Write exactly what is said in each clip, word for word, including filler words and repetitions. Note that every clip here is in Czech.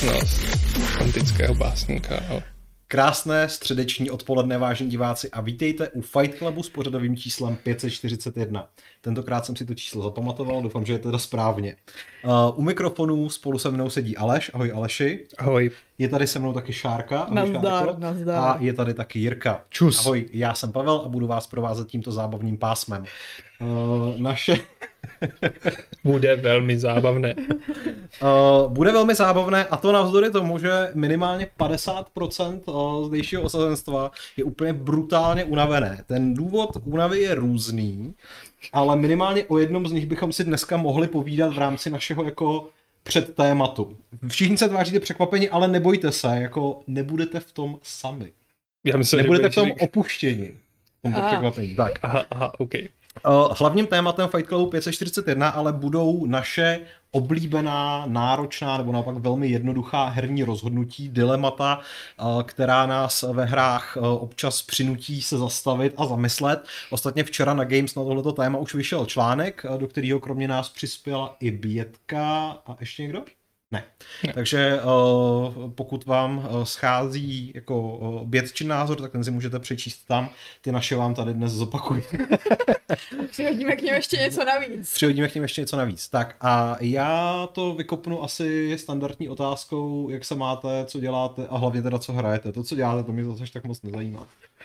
budoucnost antického básníka. Ale... Krásné středeční odpoledne, vážení diváci, a vítejte u Fight Clubu s pořadovým číslem pět set čtyřicet jedna. Tentokrát jsem si to číslo zapamatoval, doufám, že je teda správně. Uh, u mikrofonu spolu se mnou sedí Aleš. Ahoj Aleši. Ahoj. Je tady se mnou taky Šárka. Nazdar, nazdar. A je tady taky Jirka. Čus. Ahoj, já jsem Pavel a budu vás provázet tímto zábavným pásmem. Uh, naše... Bude velmi zábavné. Uh, bude velmi zábavné, a to navzdory tomu, že minimálně padesát procent zdejšího osazenstva je úplně brutálně unavené. Ten důvod únavy je různý, ale minimálně o jednom z nich bychom si dneska mohli povídat v rámci našeho jako předtématu. Všichni se tváříte překvapení, ale nebojte se, jako nebudete v tom sami. Já myslím, nebudete že v tom řík... opuštění. V tomto překvapení. Tak. Aha, aha, OK. Uh, hlavním tématem Fight Clubu pět set čtyřicet jedna ale budou naše oblíbená, náročná nebo naopak velmi jednoduchá herní rozhodnutí, dilemata, uh, která nás ve hrách uh, občas přinutí se zastavit a zamyslet. Ostatně včera na Games na tohleto téma už vyšel článek, uh, do kterého kromě nás přispěla i Bětka a ještě někdo? Ne. ne. Takže uh, pokud vám uh, schází jako uh, Bětčin názor, tak ten si můžete přečíst tam. Ty naše vám tady dnes zopakují. Přihodíme k něm ještě něco navíc. Přihodíme k něm ještě něco navíc. Tak a já to vykopnu asi standardní otázkou, jak se máte, co děláte a hlavně teda co hrajete. To, co děláte, to mě zase tak moc nezajímá.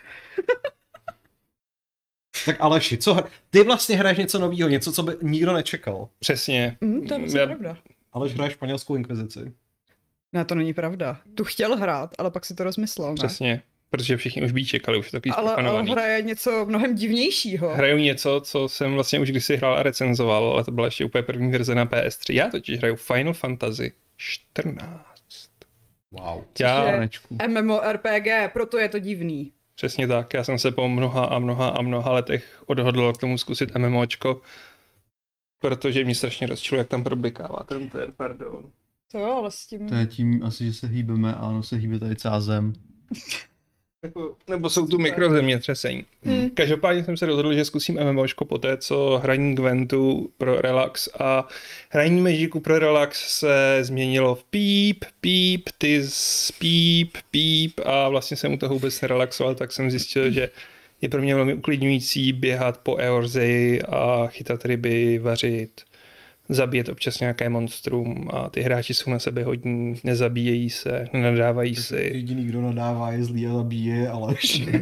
Tak Aleši, co hr... ty vlastně hraješ něco nového, něco, co by nikdo nečekal. Přesně. Mm, to je vlastně já... pravda. Aleš hraje španělskou inkvizici. Ne, to není pravda. Tu chtěl hrát, ale pak si to rozmyslel, ne? Přesně, protože všichni už by čekali, už je takový ale, ale hraje něco mnohem divnějšího. Hraju něco, co jsem vlastně už kdysi hrál a recenzoval, ale to byla ještě úplně první verze na P S tři. Já totiž hraju Final Fantasy čtrnáct. Wow. Já... MMORPG, proto je to divný. Přesně tak, já jsem se po mnoha a mnoha a mnoha letech odhodlal k tomu zkusit MMOčko, protože mě strašně rozčilo, jak tam problikává ten ten, pardon. To jo, ale s tím... To je tím asi, že se hýbeme, a ano, se hýbe tady celá zem. Nebo, nebo jsou tu mikrozemětřesení. Hmm. Každopádně jsem se rozhodl, že zkusím MMOčko po té, co hraní Gwentu pro relax a hraní Magicu pro relax se změnilo v píp, píp, ty píp, píp a vlastně jsem u toho vůbec nerelaxoval, tak jsem zjistil, že je pro mě velmi uklidňující běhat po Eorzeji a chytat ryby, vařit, zabíjet občas nějaké monstrum a ty hráči jsou na sebe hodní, nezabíjejí se, nenadávají si. Jediný, kdo nadává, je zlý a zabíje, ale...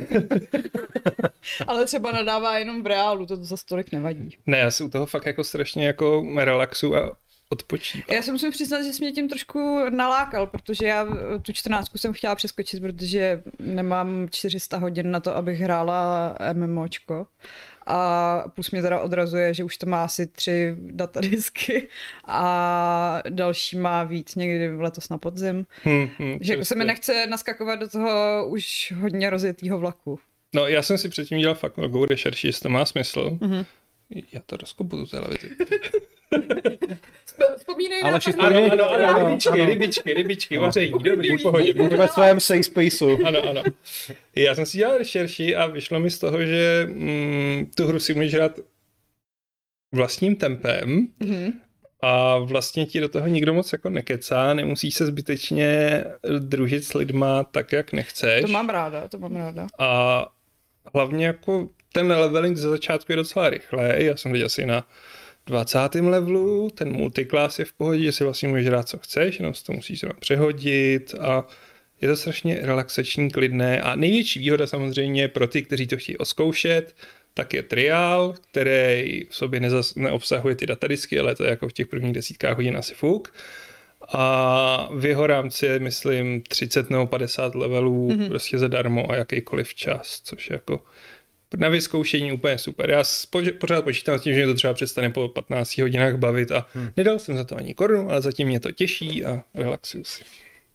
ale třeba nadává jenom v reálu, to zase tolik nevadí. Ne, já si u toho fakt jako strašně jako relaxu a odpočívám. Já se musím přiznat, že jsi mě tím trošku nalákal, protože já tu čtrnáctku jsem chtěla přeskočit, protože nemám čtyři sta hodin na to, abych hrála MMOčko. A plus mě teda odrazuje, že už to má asi tři datadisky a další má víc někdy letos na podzim. Hmm, hmm, že jako se mi nechce naskakovat do toho už hodně rozjetýho vlaku. No já jsem si předtím dělal fakt velkou rešerši, jestli to má smysl. Mm-hmm. Já to rozkopu tu televizi. Vzpomínej ale na to. Ano, ano, ano, rybičky, rybičky, rybičky, vaření, dobrý, v pohodě. Budu ve svém safe spaceu. Ano, ano. Já jsem si dělal rešerši a vyšlo mi z toho, že mm, tu hru si můžeš hrát vlastním tempem mm-hmm. a vlastně ti do toho nikdo moc jako nekecá, nemusíš se zbytečně družit s lidma tak, jak nechceš. To mám ráda, to mám ráda. A hlavně jako ten leveling ze začátku je docela rychlej, já jsem teď asi na dvacátém levelu, ten multiclass je v pohodě, že si vlastně můžeš hrát, co chceš, jenom si to musíš zrovna přehodit a je to strašně relaxační, klidné a největší výhoda samozřejmě pro ty, kteří to chtějí odzkoušet, tak je triál, který v sobě nezas, neobsahuje ty datadisky, ale to je jako v těch prvních desítkách hodin asi fuk. A v jeho rámci je, myslím, třicet nebo padesát levelů mm-hmm. prostě zadarmo a jakýkoliv čas, což je jako na vyzkoušení úplně super. Já pořád počítám s tím, že mě to třeba přestane po patnácti hodinách bavit a hmm. nedal jsem za to ani korunu, ale zatím mě to těší a relaxuju si.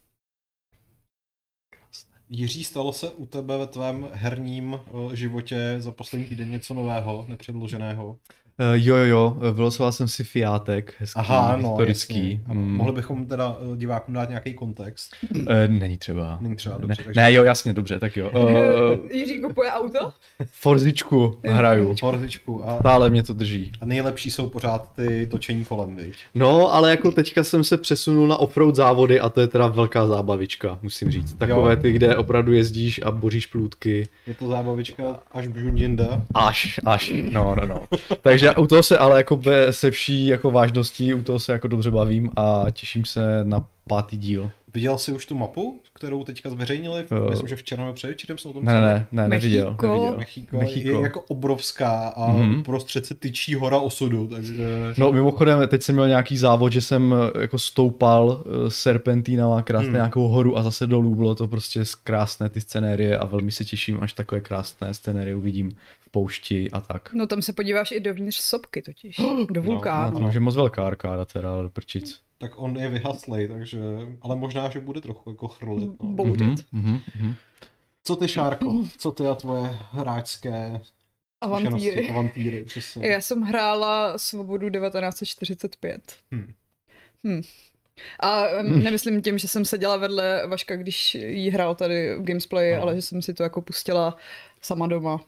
Jiří, stalo se u tebe ve tvém herním životě za poslední týden něco nového, nepředloženého? jo, jo, jo, vylosoval jsem si Fiatek, hezký, Aha, no, historický. jasně. Ano. Mm. Mohli bychom teda eh, divákům dát nějaký kontext. Eh, Není třeba. Není třeba, ne, dobře, takže- ne, jo, jasně, dobře, tak jo. Uh, Jiří kupuje auto? Forzičku hraju. Forzičku a, Stále mě to drží. a nejlepší jsou pořád ty točení kolem, viď? No, ale jako teďka jsem se přesunul na offroad závody a to je teda velká zábavička, musím říct. Takové Jo. ty, kde opravdu jezdíš a boříš plůtky. Je to zábavička až bžundinda. Až, až, no, no, no. Takže u toho se ale jako be, se vší jako vážností, u toho se jako dobře bavím a těším se na pátý díl. Viděl jsi už tu mapu, kterou teďka zveřejnili? Jo. Myslím, že včera nebo předevčírem jsem o tom Ne, psal. ne, ne, neviděl, Mexiko. neviděl. Mexiko, Mexiko. je jako obrovská a Mhm. mm-hmm. prostřed se tyčí hora osudu, takže... No mimochodem, teď jsem měl nějaký závod, že jsem eh, jako stoupal eh, serpentínama krásně Hmm. nějakou horu a zase dolů, bylo to prostě krásné ty scenérie a velmi se těším, až takové krásné scenérie uvidím v poušti a tak. No tam se podíváš i dovnitř sopky totiž, do No, vulkánu. to už je moc velká arkáda teda, ale do prčic. Tak on je vyhaslej, takže... Ale možná, že bude trochu jako chrlit. No. Bouřit. Mhm, mhm, mhm. Co ty, Šárko? Co ty a tvoje hráčské zkušenosti, Avantýry. avantýry? Přesně. Já jsem hrála Svobodu devatenáct set čtyřicet pět. Hmm. Hm. A hmm. nemyslím tím, že jsem seděla vedle Vaška, když jí hrál tady v Gamesplay, No. ale že jsem si to jako pustila sama doma.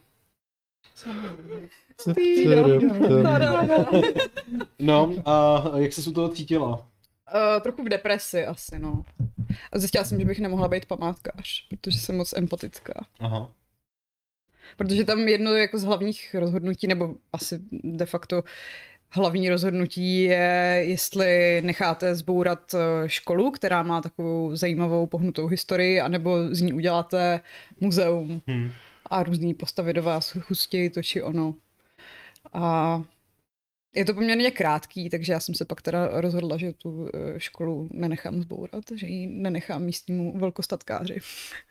No, a jak jsi se u toho cítila? Uh, trochu v depresi asi, no. A zjistila jsem, že bych nemohla být památkář, protože jsem moc empatická. Aha. Protože tam jedno jako z hlavních rozhodnutí, nebo asi de facto hlavní rozhodnutí je, jestli necháte zbourat eh, školu, která má takovou zajímavou pohnutou historii, anebo z ní uděláte muzeum Hmm. a různý postavy do vás chustějí to či ono. A je to poměrně krátký, takže já jsem se pak teda rozhodla, že tu eh, školu nenechám zbourat, že ji nenechám místnímu velkostatkáři.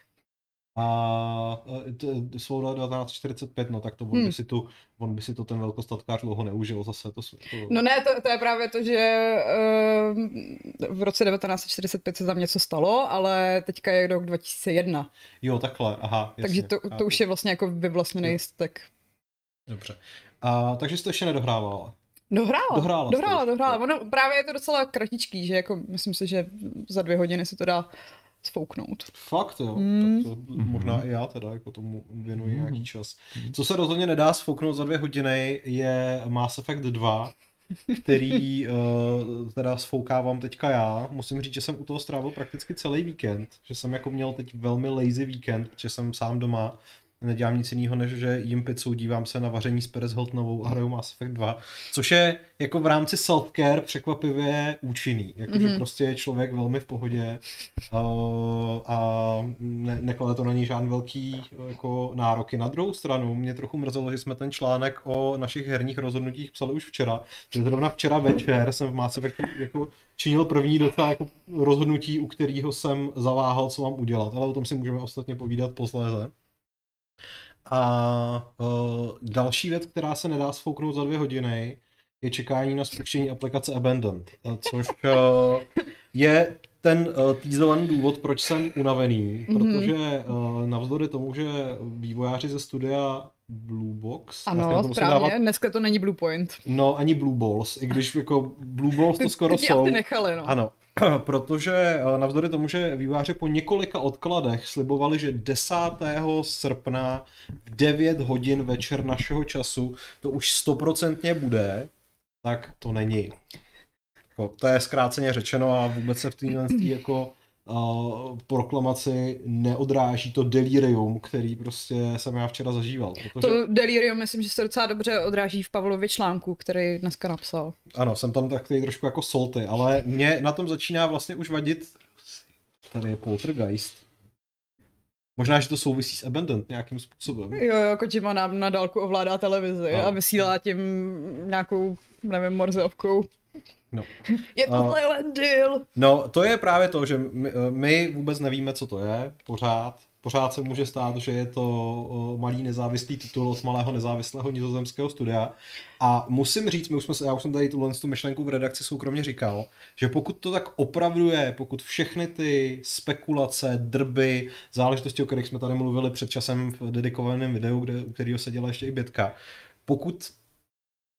A Svoboda devatenáct set čtyřicet pět, no tak to on, by Hmm. si tu, on by si to ten velkostatkář dlouho neužil zase. To, to... No ne, to, to je právě to, že uh, v roce devatenáct set čtyřicet pět se tam něco stalo, ale teďka je rok dva tisíce jedna, Jo, takhle, aha. Jasně, takže to, to chápu. už je vlastně jako vyvlastněný Jo. stek. Dobře. A, takže jsi to ještě nedohrávala. Dohrála, Dohrála jsi dohrála, to. dohrála. Ono právě je to docela kratičký, že jako myslím si, že za dvě hodiny se to dá sfouknout. Fakt jo, Hmm. tak to možná i já teda jako tomu věnuji Hmm. nějaký čas. Co se rozhodně nedá sfouknout za dvě hodiny je Mass Effect dva, který uh, teda sfoukávám teďka já. Musím říct, že jsem u toho strávil prakticky celý víkend, že jsem jako měl teď velmi lazy víkend, protože jsem sám doma, nedělám nic jiného, než že jím pizzu, dívám se na vaření s Perez Hiltonovou a hraju Mass Effect dva, což je jako v rámci self-care překvapivě účinný, jakože Mhm. prostě je člověk velmi v pohodě uh, a ne, neklade to na něj žádný velký jako nároky. Na druhou stranu mě trochu mrzelo, že jsme ten článek o našich herních rozhodnutích psali už včera, že zrovna včera večer jsem v Mass Effectu jako činil první docela jako rozhodnutí, u kterého jsem zaváhal, co mám udělat, ale o tom si můžeme ostatně povídat posléze. A uh, další věc, která se nedá sfouknout za dvě hodiny, je čekání na spuštění aplikace Abandoned, uh, což uh, je ten uh, teasovaný důvod, proč jsem unavený, Mhm. protože uh, navzdory tomu, že vývojáři ze studia Blue Box, já Ano, to musím správně, dávat- dneska to není Blue Point. no ani Blue Balls, i když jako Blue Balls to Ty- skoro ty jsou. asi nechali, no. Ano, protože eh, navzdory tomu, že vývojáři po několika odkladech slibovali, že desátého srpna v devět hodin večer našeho času to už stoprocentně bude, tak to není. Jako, to je zkráceně řečeno a vůbec se v téhle jako uh, proklamaci neodráží to delirium, který prostě jsem já včera zažíval. Protože... To delirium, myslím, že se docela dobře odráží v Pavlově článku, který dneska napsal. Ano, jsem tam takový trošku jako salty, ale mě na tom začíná vlastně už vadit, tady je Poltergeist. Možná, že to souvisí s Abandoned nějakým způsobem. Jo, jo, Kojima nám na dálku ovládá televizi No. a vysílá tím nějakou, nevím, morzeovkou. No. Je to A- Silent Deal. No, to je právě to, že my, my vůbec nevíme, co to je, pořád. Pořád se může stát, že je to o, malý nezávislý titul od malého nezávislého nizozemského studia. A musím říct, my už jsme se, já už jsem tady tuhle tu myšlenku v redakci soukromně říkal, že pokud to tak opravdu je, pokud všechny ty spekulace, drby, záležitosti, o kterých jsme tady mluvili před časem v dedikovaném videu, kde, u kterého se dělá ještě i Bětka, pokud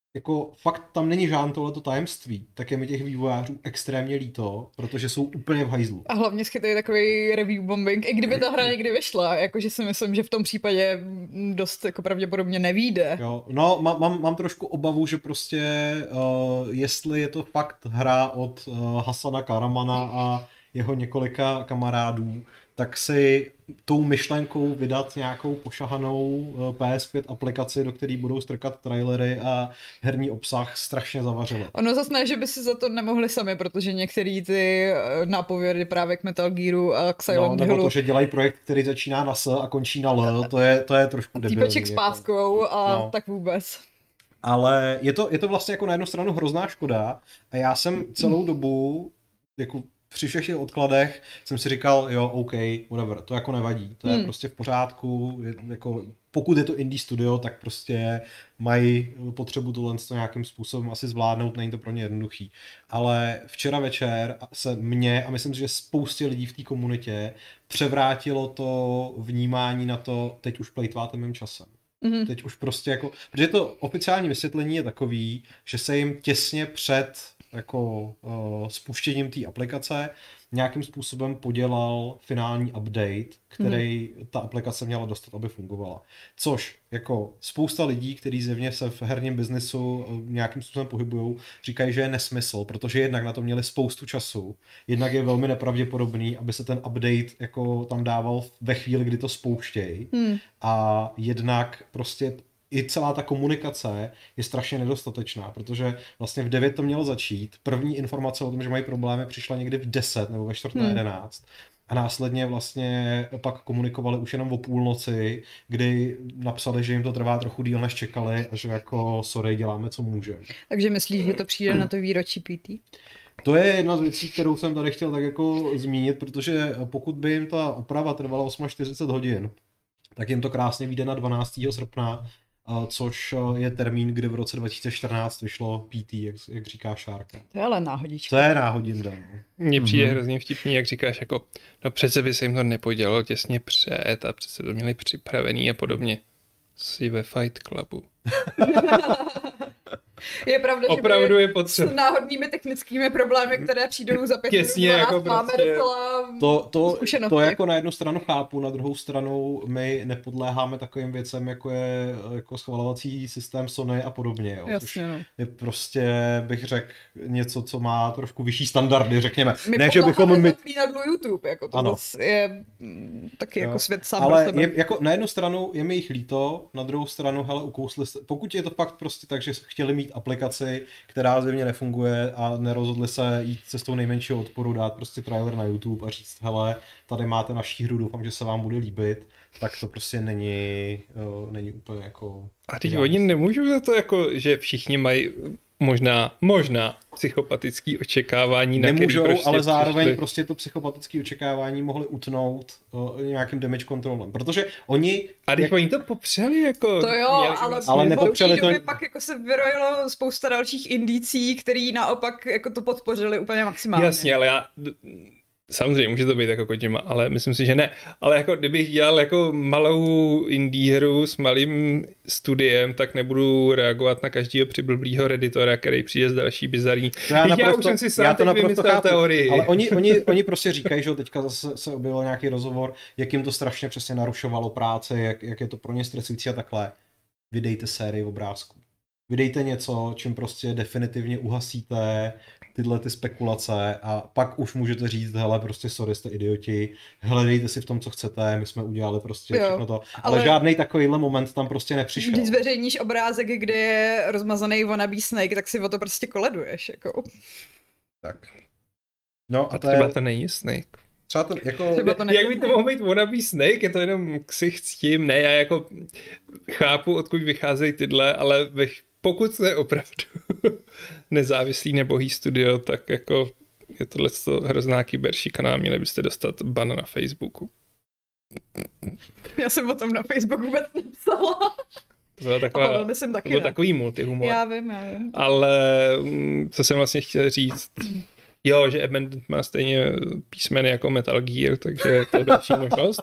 jako fakt tam není žádné tohleto tajemství, tak je mi těch vývojářů extrémně líto, protože jsou úplně v hajzlu. A hlavně schytají takový review bombing, i kdyby ta hra někdy vyšla, jakože si myslím, že v tom případě dost jako pravděpodobně nevyjde. Jo, no mám, mám, mám trošku obavu, že prostě uh, jestli je to fakt hra od uh, Hasana Karamana a jeho několika kamarádů, tak si tou myšlenkou vydat nějakou pošahanou uh, P S pět aplikaci, do které budou strkat trailery a herní obsah, strašně zavařili. Ono zase ne, že by si za to nemohli sami, protože některé ty eh, nápovědy právě k Metal Gearu a k No, Silent nebo Hillu, to, že dělají projekt, který začíná na S a končí na L, to je, to je trošku debilní. týpeček s jako. páskou a No. tak vůbec. Ale je to, je to vlastně jako na jednu stranu hrozná škoda a já jsem celou dobu jako při všech těch odkladech jsem si říkal, jo, OK, whatever, to jako nevadí, to je Hmm. prostě v pořádku, je, jako, pokud je to indie studio, tak prostě mají potřebu tohle to nějakým způsobem asi zvládnout, není to pro ně jednoduchý. Ale včera večer se mě, a myslím si, že spoustě lidí v té komunitě, převrátilo to vnímání na to, teď už plejtváte mým časem. Mhm. Teď už prostě jako, protože to oficiální vysvětlení je takový, že se jim těsně před jako uh, spuštěním té aplikace nějakým způsobem podělal finální update, který hmm. ta aplikace měla dostat, aby fungovala. Což jako spousta lidí, kteří zjevně se v herním biznesu nějakým způsobem pohybují, říkají, že je nesmysl, protože jednak na to měli spoustu času, jednak je velmi nepravděpodobný, aby se ten update jako tam dával ve chvíli, kdy to spouštějí. Hmm. A jednak prostě i celá ta komunikace je strašně nedostatečná, protože vlastně v devět to mělo začít. První informace o tom, že mají problémy, přišla někdy v deset nebo ve čtvrt na Hmm. jedenáct. A následně vlastně pak komunikovali už jenom o půlnoci, kdy napsali, že jim to trvá trochu díl, než čekali a že jako sorry, děláme, co můžeme. Takže myslíš, že to přijde na to výročí P T? To je jedna z věcí, kterou jsem tady chtěl tak jako zmínit, protože pokud by jim ta oprava trvala čtyřicet osm hodin, tak jim to krásně vyjde na dvanáctého srpna, což je termín, kdy v roce dva tisíce čtrnáct vyšlo P T, jak, jak říká Šárka. To je ale náhodička. To je náhodinda. Mně přijde Mhm. hrozně vtipný, jak říkáš, jako, no přece by se jim to nepodělalo těsně před a přece to měli připravený a podobně. Jsi ve Fight Clubu. Je pravda, že Opravdu my je s potřeba. náhodnými technickými problémy, které přijdou za pět Těsně minut, jako jako máme prostě- docela To, to, zkušenosti. to jako na jednu stranu chápu, na druhou stranu my nepodléháme takovým věcem, jako je jako schvalovací systém Sony a podobně. Jo, což Jasně, no. je prostě, bych řekl, něco, co má trošku vyšší standardy, řekněme. My Ne, že bychom my... zaklínadlu YouTube, jako to Ano. zase je mm, taky Jo. jako svět sám Ale pro sebe. je, jako na jednu stranu je mi jich líto, na druhou stranu, hele, ukousli jste, pokud je to fakt prostě tak, že chtěli mít aplikaci, která zjevně nefunguje a nerozhodli se jít cestou nejmenšího odporu, dát prostě trailer na YouTube a říct, hele, tady máte naší hru, doufám, že se vám bude líbit, tak to prostě není, uh, není úplně jako... A teď oni nemůžou za to, jako, že všichni mají možná, možná psychopatický očekávání, na Nemůžou, který prostě ale zároveň přišli. prostě to psychopatické očekávání mohli utnout uh, nějakým damage controlem, protože oni... A teď jak- oni to popřeli, jako... To jo, měli ale, vlastně- Ale po nepopřeli určitý to- době pak jako se vyrojilo spousta dalších indicí, který naopak jako to podpořili úplně maximálně. Jasně, ale já... Samozřejmě může to být jako Kojima, ale myslím si, že ne. Ale jako kdybych dělal jako malou indie hru s malým studiem, tak nebudu reagovat na každého přiblblýho redditora, který přijde z další bizarní. To já, Teď já naprosto, už jsem si sám já to teď naprosto vymyslel chápu, teorii. ale oni, oni, oni prostě říkají, že jo, teďka zase se objevil nějaký rozhovor, jak jim to strašně přesně narušovalo práci, jak, jak je to pro ně stresující a takhle. Vydejte sérii obrázků. Vydejte něco, čím prostě definitivně uhasíte tyhle ty spekulace a pak už můžete říct, hele, prostě sorry, jste idioti, hledejte si v tom, co chcete, my jsme udělali prostě Jo, všechno to, ale, ale- žádný takovýhle moment tam prostě nepřišel. Když zveřejníš obrázek, kde je rozmazaný wannabe Snake, tak si o to prostě koleduješ. Jako. Tak. No A a to třeba je, to není Snake. třeba to, jako, Třeba to Jak by to mohl být wannabe Snake? Je to jenom ksicht s tím? Ne, já jako chápu, odkud vycházejí tyhle, ale bych, pokud to je opravdu nezávislý nebohý studio, tak jako je tohle hrozná kyberšikana, měli byste dostat ban na Facebooku. Já jsem o tom na Facebooku vůbec nepsala. To bylo, A taková, Pavel jsem to taky byl ne. takový multihumor. Já vím, já vím. Ale mm, co jsem vlastně chtěl říct, Jo, že Abandoned má stejně písmeny jako Metal Gear, takže to je další možnost.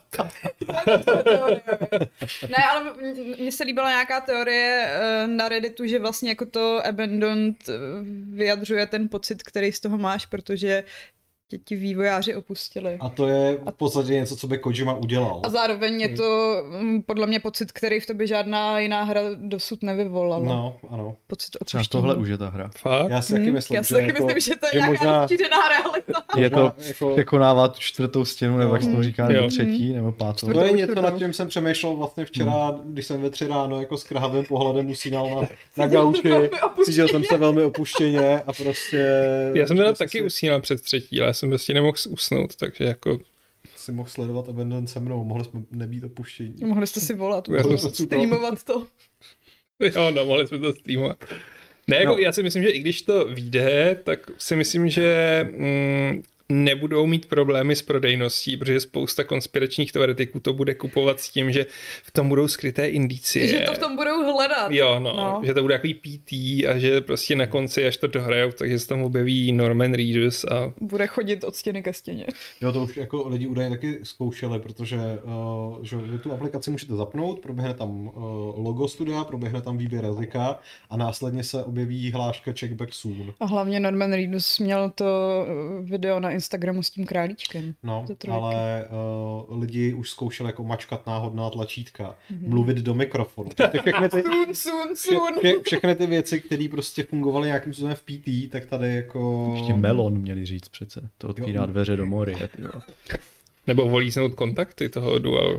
Ne, ale m- mně se líbila nějaká teorie eh, na Redditu, že vlastně jako to Abandoned eh, vyjadřuje ten pocit, který z toho máš, protože tě ti vývojáři opustili. A to je v podstatě něco, co by Kojima udělal. A zároveň je to mm, podle mě pocit, který v tobě žádná jiná hra dosud nevyvolala. No, ano. Pocit Třeba opuštění. tohle už je ta hra. Fakt? Já si taky Hmm, myslím, já si že, taky jako, myslím, že to je že nějaká možná, rozšířená realita. Je to možná jako, překonává tu čtvrtou stěnu, nebo jak se to Mhm. říká, Jo. nebo třetí, nebo pátou. to je něco, čtvrtou. nad čím jsem přemýšlel vlastně včera, když jsem ve tři ráno jako s krhavým pohledem usínal na, na gauči. Cítil jsem se velmi opuštěně a prostě... Já jsem teda prostě taky si, usínal před třetí, ale já jsem prostě nemohl usnout, takže jako... si mohl sledovat Abandon se mnou, mohli jsme nebýt opuštění. Mohli jste si volat, Já jsem se- streamovat to. Jo, no, mohli jsme to streamovat. Ne, jako No. já si myslím, že i když to vyjde, tak si myslím, že mm, nebudou mít problémy s prodejností, protože spousta konspiračních teoretiků to bude kupovat s tím, že v tom budou skryté indicie. Že to v tom budou hledat. Jo, no, No. no, že to bude takový P T a že prostě na konci, až to dohrajou, takže se tam objeví Norman Reedus a Bude chodit od stěny ke stěně. Jo, to už jako lidi údajně taky zkoušeli, protože uh, že vy tu aplikaci můžete zapnout, proběhne tam uh, logo studia, proběhne tam výběr jazyka a následně se objeví hláška check back soon. A hlavně Norman Reedus měl to eh, video na Instagramu s tím králíčkem. No, To trojky. ale uh, lidi už zkoušeli jako mačkat náhodná tlačítka, Mhm. mluvit do mikrofonu. Prostě všechny ty, Soon, soon, vše, soon. vše, všechny ty věci, které prostě fungovaly nějakým způsobem v P T, tak tady jako... Ještě melon měli říct přece. To otvírá Jo. dveře do mory. Jo. nebo volíznout kontakty toho dual.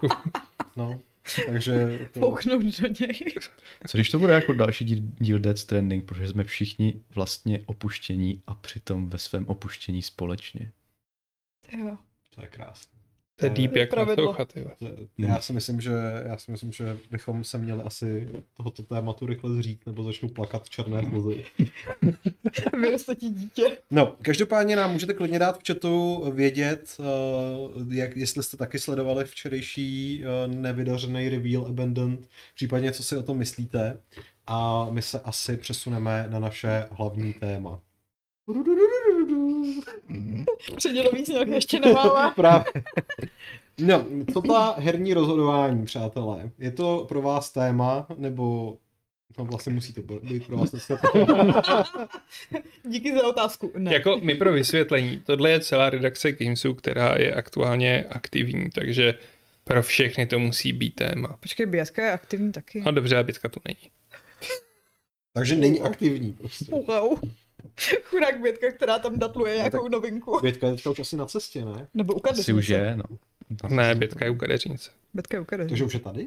No, takže... To... Pouchnout do něj. Co když to bude jako další díl, díl Death Stranding, protože jsme všichni vlastně opuštění a přitom ve svém opuštění společně. Jo. To je krásné. To je deep jak Pravidlo. naslouchat, jo. To je- Já si myslím, že já si myslím, že bychom se měli asi tohoto tématu rychle zřít, nebo začnou plakat černé slzy. Vyroste ti dítě. No, každopádně nám můžete klidně dát v chatu vědět, uh, jak, jestli jste taky sledovali včerejší uh, nevydařený reveal Abandoned, případně co si o tom myslíte. A my se asi přesuneme na naše hlavní téma. Předělový znělky ještě nemáme. Právě. No, co ta herní rozhodování, přátelé? Je to pro vás téma, nebo no, vlastně musí to být pro vás dneska téma? Díky za otázku. Ne. Jako my pro vysvětlení, tohle je celá redakce Gamesu, která je aktuálně aktivní, takže pro všechny to musí být téma. Počkej, Bětka je aktivní taky. A dobře, a Bětka tu není. Takže není aktivní prostě. Wow. Chudák Bětka, která tam datluje nějakou tak- novinku. Bětka je teďka už asi na cestě, ne? Nebo u Asi kadeřnice. už je, no. Ne, Bětka je u kadeřnice. Bětka je u kadeřnice. Takže už je tady?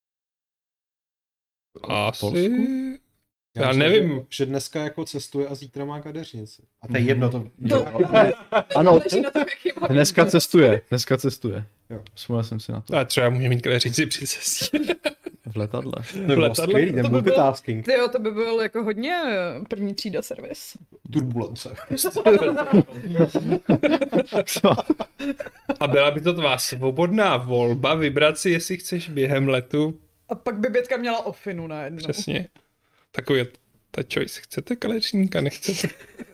Asi... Polsku? Já myslím, nevím. Že, že dneska jako cestuje a zítra má kadeřnici. A to je jedno, to... To- Ano, Záleží na tom, jaký má dneska biznes. cestuje, dneska cestuje. Jo. Vzpomněl jsem si na to. A třeba může mít kadeřnici při cestě. V letadle. To by bylo letadle- skvělý, ten to by byl- multitasking. Ty jo, to by byl jako hodně eh, první třída servis. Turbulence. A byla by to tvá svobodná volba vybrat si, jestli chceš během letu. A pak by Bětka měla ofinu najednou. Přesně. Takový je ta choice. Chcete kadeřníka, nechcete?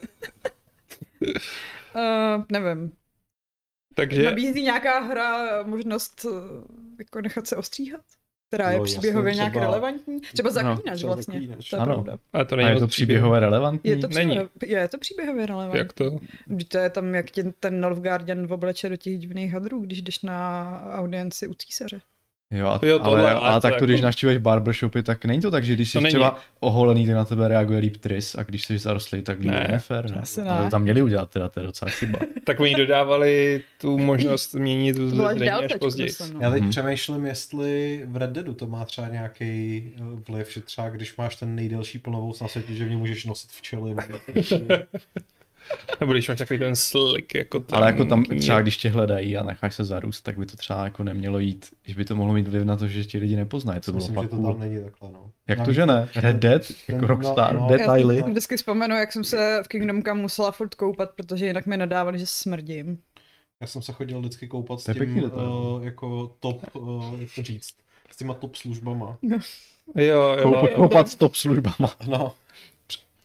Uh, nevím. Takže Nabízí nějaká hra možnost eh, jako nechat se ostříhat? Která je No, příběhově jasně, nějak třeba- relevantní? Třeba zaklínač třeba vlastně. Zaklínač. To je Ano. pravda. a to A není je moc to příběhové relevantní? Je to, Není. příběh, je to příběhově relevantní. Jak to? Vždyť to je tam, jak tě ten Nilfgaardian obleče do těch divných hadrů, když jdeš na audienci u císaře. Jo, a, Jo, jo tohle, ale, ale ale to tak to, jako- když navštívuješ barbershopy, tak není to tak, že když To jsi není. třeba oholený, tak na tebe reaguje líp Tris a když jsi zarostlý, tak líp Ne, nefér. Ne? asi ne. Ale to tam měli udělat teda, to je docela chyba. Tak oni dodávali tu možnost měnit To byla až zřejmě až dálkačku, později. myslím, no. Já teď Mhm. přemýšlím, jestli v Red Deadu to má třeba nějaký eh, vliv, že třeba když máš ten nejdelší plnovous na světě, že v něm můžeš nosit včely. nebo- Nebo když máš takový ten slick, jako tam. Ale jako tam knihy. třeba když tě hledají a necháš se zarůst, tak by to třeba jako nemělo jít, že by to mohlo mít vliv na to, že ti lidi nepoznají, to bylo Myslím, že fakt to cool. tam není takhle, no. Jak Já to, vím, že ne? Red Dead, jako no, Rockstar, no. detaily. Já si vždycky vzpomenu, jak jsem se v Kingdom Come musela furt koupat, protože jinak mi nadávali, že smrdím. Já jsem se chodil vždycky koupat s To je tím pěkný detail. uh, jako top, uh, jak to říct, s těma top službama. Jo, jo. Koupat, koupat s top službama. No,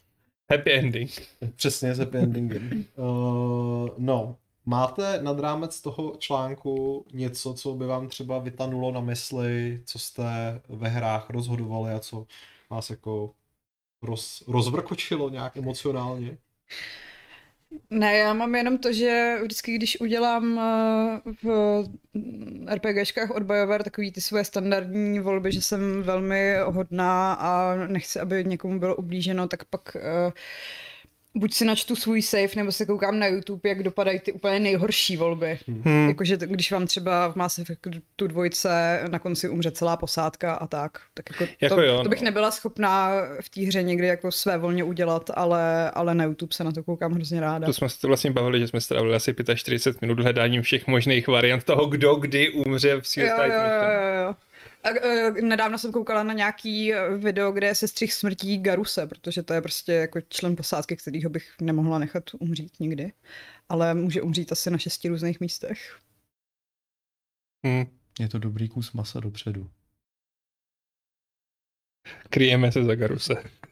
Happy ending. Přesně s happy endingem. Uh, no, máte nad rámec toho článku něco, co by vám třeba vytanulo na mysli, co jste ve hrách rozhodovali a co vás jako roz, rozvrkočilo nějak emocionálně? Ne, já mám jenom to, že vždycky, když udělám eh, v RPGčkách od BioWare takový ty svoje standardní volby, že jsem velmi hodná a nechci, aby někomu bylo ublíženo, tak pak uh, buď si načtu svůj save, nebo se koukám na YouTube, jak dopadají ty úplně nejhorší volby. Hmm. Jakože t- když vám třeba v Mass Effectu dvojce na konci umře celá posádka a tak, tak jako, Jako to, jo, to bych no. nebyla schopná v té hře někdy jako své volně udělat, ale, ale na YouTube se na to koukám hrozně ráda. To jsme se to vlastně bavili, že jsme strávili asi čtyřicet pět minut hledáním všech možných variant toho, kdo kdy umře v Jo, Sea of jo, Titan. jo, jo. A, uh, nedávno jsem koukala na nějaký video, kde je sestřih smrtí Garuse, protože to je prostě jako člen posádky, kterýho bych nemohla nechat umřít nikdy. Ale může umřít asi na šesti různých místech. Hmm. Je to dobrý kus masa dopředu. Kryjeme se za Garuse.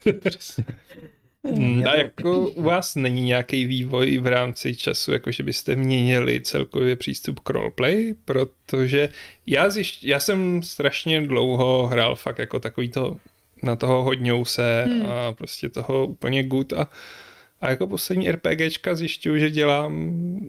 Hmm, a jako u vás není nějaký vývoj v rámci času, jakože byste měnili celkově přístup k roleplay, protože já, zjišť, já jsem strašně dlouho hrál fakt jako takový to, na toho hodňou se Hmm. a prostě toho úplně good a, a jako poslední RPGčka zjišťuju, že dělám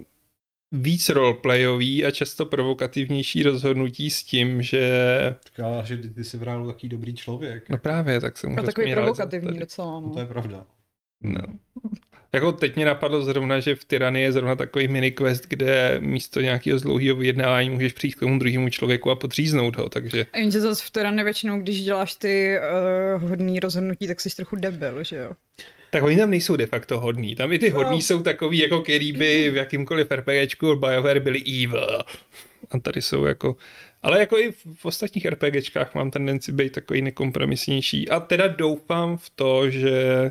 víc roleplayový a často provokativnější rozhodnutí s tím, že Říká, že ty jsi v reálu takový dobrý člověk. no právě, tak se můžu A takový aspoň rád provokativní tady. docela. No, to No. je pravda. No. Jako teď mě napadlo zrovna, že v Tyranii je zrovna takový mini quest, kde místo nějakého dlouhého vyjednávání můžeš přijít k tomu druhému člověku a podříznout ho, takže A jenže zase v Tyrany většinou, když děláš ty uh, hodný rozhodnutí, tak jsi trochu debil, že jo? tak oni tam nejsou de facto hodní. Tam i ty hodní No. jsou takový, jako který by v jakýmkoliv RPGčku od BioWare byli evil. A tady jsou jako... Ale jako i v ostatních RPGčkách mám tendenci být takový nekompromisnější. A teda doufám v to, že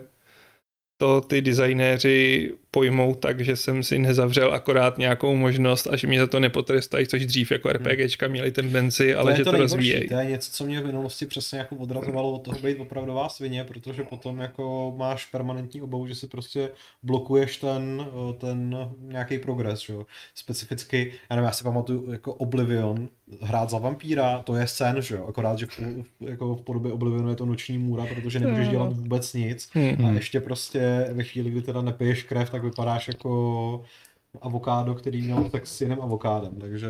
to ty designéři pojmou tak, že jsem si nezavřel akorát nějakou možnost a že mě za to nepotrestají, což dřív jako RPGčka měli tendenci, ale to že je to, to rozvíjejí. To je něco, co mě v minulosti přesně jako odrazovalo od toho být opravdová svině, protože potom jako máš permanentní obavu, že si prostě blokuješ ten, ten nějaký progres, že jo. Specificky, já nevím, já si pamatuju jako Oblivion, hrát za vampíra, to je sen, že jo, akorát, že v, jako v podobě Oblivionu je to noční můra, protože nemůžeš dělat vůbec nic Hmm. a ještě prostě ve chvíli, kdy teda nepiješ krev, tak vypadáš jako avokádo, který měl sex s jiným avokádem, takže...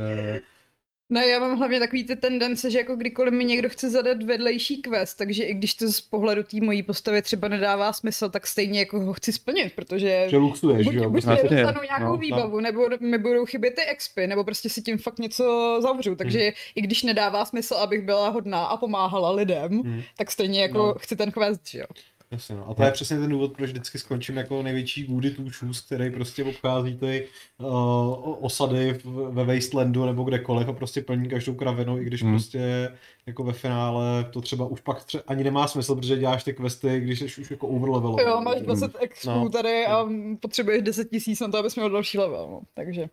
Ne, já mám hlavně takový ty tendence, že jako kdykoliv mi někdo chce zadat vedlejší quest, takže i když to z pohledu té mojí postavy třeba nedává smysl, tak stejně jako ho chci splnit, protože Že luxuješ, buď, že jo? buď Vlastně, si dostanu nějakou no, výbavu, nebo mi budou chybět ty expy, nebo prostě si tím fakt něco zavřu, takže Hmm. i když nedává smysl, abych byla hodná a pomáhala lidem, Hmm. tak stejně jako No. chci ten quest, že jo. Jasně, no. A to je přesně ten důvod, proč vždycky skončím jako největší goody two shoes, který prostě obchází ty uh, osady v- ve Wastelandu nebo kdekoliv a prostě plní každou kravinu, i když Hmm. prostě jako ve finále to třeba už pak tře- ani nemá smysl, protože děláš ty questy, když jsi už jako overlevelovaný. Jo, máš dvacet expů No. tady a potřebuješ deset tisíc na to, abys měl další level, no. Takže.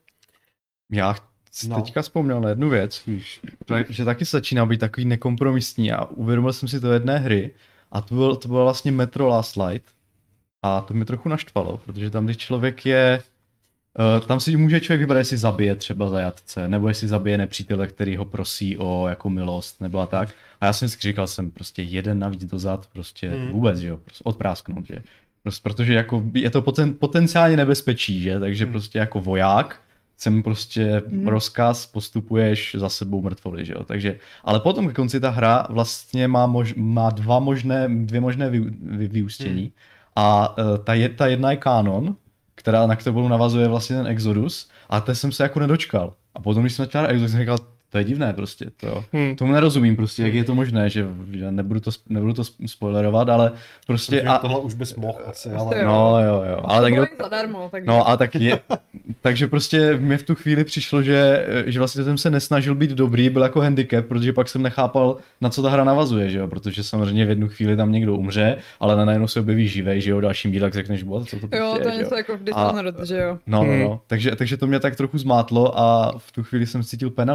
Já si No. teďka vzpomněl na jednu věc, že taky se začíná být takový nekompromisní a uvědomil jsem si to jedné hry a to bylo, to bylo vlastně Metro Last Light a to mě trochu naštvalo, protože tam, když člověk je, uh, tam si může člověk vybrat, jestli zabije třeba zajatce, nebo jestli zabije nepřítele, který ho prosí o jako milost, nebo a tak. A já jsem si říkal, jsem prostě jeden navíc dozad, prostě Hmm. vůbec, že jo, prostě odprásknout, že. Prostě, protože jako je to poten, potenciálně nebezpečí, že, takže Hmm. prostě jako voják, jsem prostě Mhm. rozkaz, postupuješ za sebou mrtvoly, že jo, takže, ale potom ke konci ta hra vlastně má, mož, má dva možné, dvě možné vy, vy, vyústění Hmm. a uh, ta, je, ta jedna je kanon, která na kterou navazuje vlastně ten Exodus a té jsem se jako nedočkal a potom, když jsem začal Exodus, jsem říkal, to je divné prostě, to jo. Hmm. Tomu nerozumím prostě, jak je to možné, že, že nebudu, to, nebudu to spoilerovat, ale prostě... Protože tohle už bys mohl asi, ale... jo. No jo, jo, ale tak... to bylo i zadarmo, takže. No a tak je, takže prostě mě v tu chvíli přišlo, že, že vlastně jsem se nesnažil být dobrý, byl jako handicap, protože pak jsem nechápal, na co ta hra navazuje, že jo, protože samozřejmě v jednu chvíli tam někdo umře, ale najednou se objeví živej, že jo, v dalším díle řekneš, what, co to prostě Jo, to je že něco jo. jako v A- Dishonored, že jo. No, no, Hmm. no, takže, takže to mě tak trochu zmátlo a v tu chvíli jsem cítil penalizován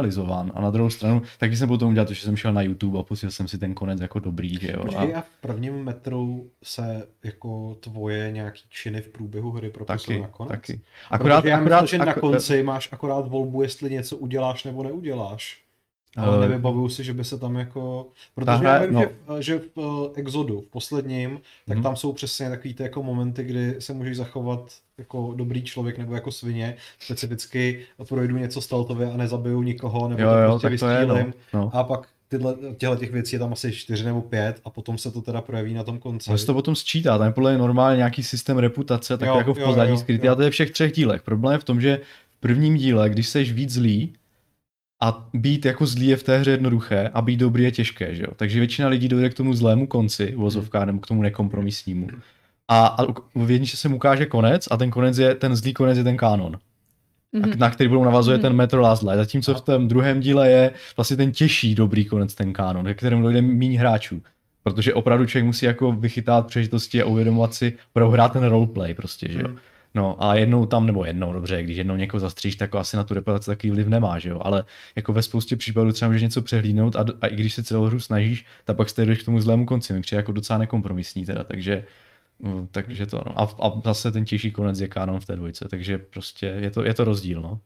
fun. A na druhou stranu, taky jsem potom udělal to, že jsem šel na YouTube a pustil jsem si ten konec jako dobrý, že jo. Počkej, A a v prvním metru se jako tvoje nějaký činy v průběhu hry propisují taky, nakonec? taky. Akorát, Akorát, já akorát, myslím, že na ako- konci máš akorát volbu, jestli něco uděláš nebo neuděláš. Ale Ale- nevybavuju si, že by se tam jako... Protože Ta hra- já vím, no. že, že v uh, Exodu, v posledním, tak Mhm. tam jsou přesně takový ty jako momenty, kdy se můžeš zachovat jako dobrý člověk nebo jako svině. Specificky projdu něco stealthově a nezabiju nikoho, nebo Jo, to jo, prostě tak to je, no. vystřílím. no. A pak tyhle, těchto těch věcí je tam asi čtyři nebo pět a potom se to teda projeví na tom konci. On se to potom sčítá, tam je podle mě normálně nějaký systém reputace, tak Jo, jako v jo, pozadí jo, skrytý, jo. a to je v všech třech dílech. Problém je v tom, že v prvním díle, když seš víc zlý, a být jako zlý je v té hře jednoduché a být dobrý je těžké, že jo? Takže většina lidí dojde k tomu zlému konci, vozovka, nebo k tomu nekompromisnímu. A, a v jedničce se mu ukáže konec a ten konec je, ten zlý konec je ten kánon. Mhm. A na který budou navazuje Mhm. ten Metro Last Light. Zatímco v tom druhém díle je vlastně ten těžší dobrý konec, ten kánon, ke kterému dojde méně hráčů. Protože opravdu člověk musí jako vychytat příležitosti a uvědomovat si, opravdu hrát ten roleplay prostě, že jo. Hmm. No a jednou tam, nebo jednou, dobře, když jednou někoho zastříš, tak asi na tu reputaci takový vliv nemá, že jo, ale jako ve spoustě případů třeba můžeš něco přehlídnout a, a i když se celou hru snažíš, tak pak stejně jdeš k tomu zlému konci, mi přijde jako docela nekompromisní teda, takže mm, takže to no. A, a zase ten těžší konec je kánon v té dvojce, takže prostě je to, je to rozdíl, no.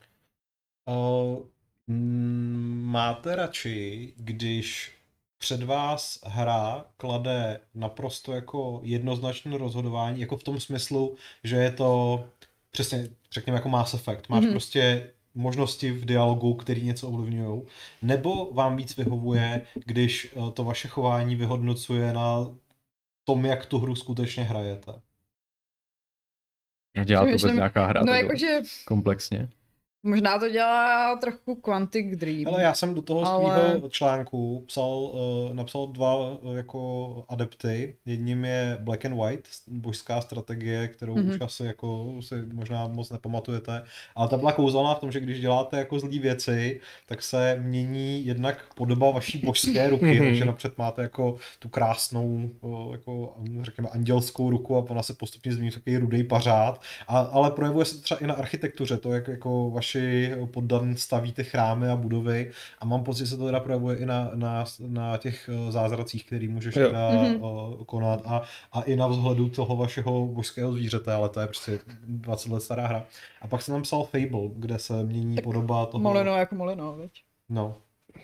O, mm, máte radši, když před vás hra klade naprosto jako jednoznačné rozhodování, jako v tom smyslu, že je to přesně, řekněme, jako Mass Effect. Máš Mhm. prostě možnosti v dialogu, který něco ovlivňují, nebo vám víc vyhovuje, když eh, to vaše chování vyhodnocuje na tom, jak tu hru skutečně hrajete. Dělá to vůbec Přemýšlím- nějaká hra No takhle jakože komplexně. možná to dělá trochu Quantic Dream. Ale já jsem do toho Ale- svého článku psal, uh, napsal dva uh, jako adepty. Jedním je Black and White, božská strategie, kterou Mhm. mm-hmm. už asi jako si možná moc nepamatujete. Ale ta byla kouzelná v tom, že když děláte jako zlý věci, tak se mění jednak podoba vaší božské ruky, Mhm. takže napřed máte jako tu krásnou, uh, jako řekněme andělskou ruku a ona se postupně změní v takový rudý pařád. A, ale projevuje se to třeba i na architektuře, to jak jako vaši poddaní staví ty chrámy a budovy a mám pocit, že se to teda projevuje i na, na, na těch eh, zázracích, který můžeš Jo. teda Mhm. uh, konat a, a i na vzhledu toho vašeho božského zvířete, ale to je prostě dvacet let stará hra. A pak jsem tam psal Fable, kde se mění Tak podoba toho. Molino jako Molino, veď. No.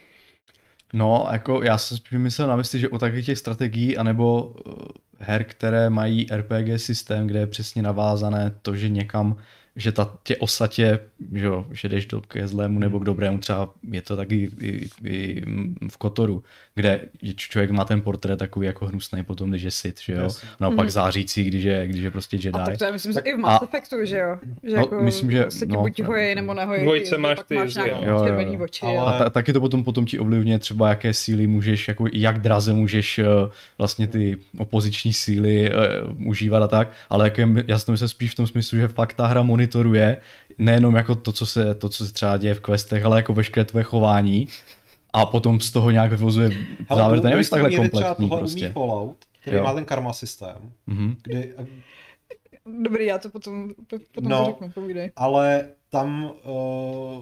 No, jako já jsem spíš myslel na mysli, že o takových těch strategií, anebo uh, her, které mají R P G systém, kde je přesně navázané to, že někam, že ta tě osatě, že, jo, že jdeš do, ke zlému nebo k dobrému, třeba je to taky i, i v Kotoru, kde člověk má ten portrét takový jako hnusný potom, když je sit, že jo, Jasně. naopak Mhm. zářící, když je, když je prostě Jedi. A tak to je myslím, Tak- že i v Mass a- Effectu, že jo? Že No, jako myslím, že- se ti no, buď hojí nebo nehojí. Dvojce že máš pak ty máš zlý, nějaký jo, jo, jo. červený oči. Ale- Ale... A ta, taky to potom, potom ti ovlivňuje třeba, jaké síly můžeš, jako jak draze můžeš uh, vlastně ty opoziční síly uh, užívat a tak, ale jak je, já jsem se spíš v tom smyslu, že fakt ta hra monitoruje nejenom jako to, co se, to, co se třeba děje v questech, ale jako veškeré tvoje chování a potom z toho nějak vyvozuje závěr. To nevím, jestli takhle míry třeba komplexní tohle prostě. umí Fallout, který Jo. má ten karma systém, Mhm. kdy Dobrý, já to potom, po- potom No. to řeknu, povídej. ale tam uh,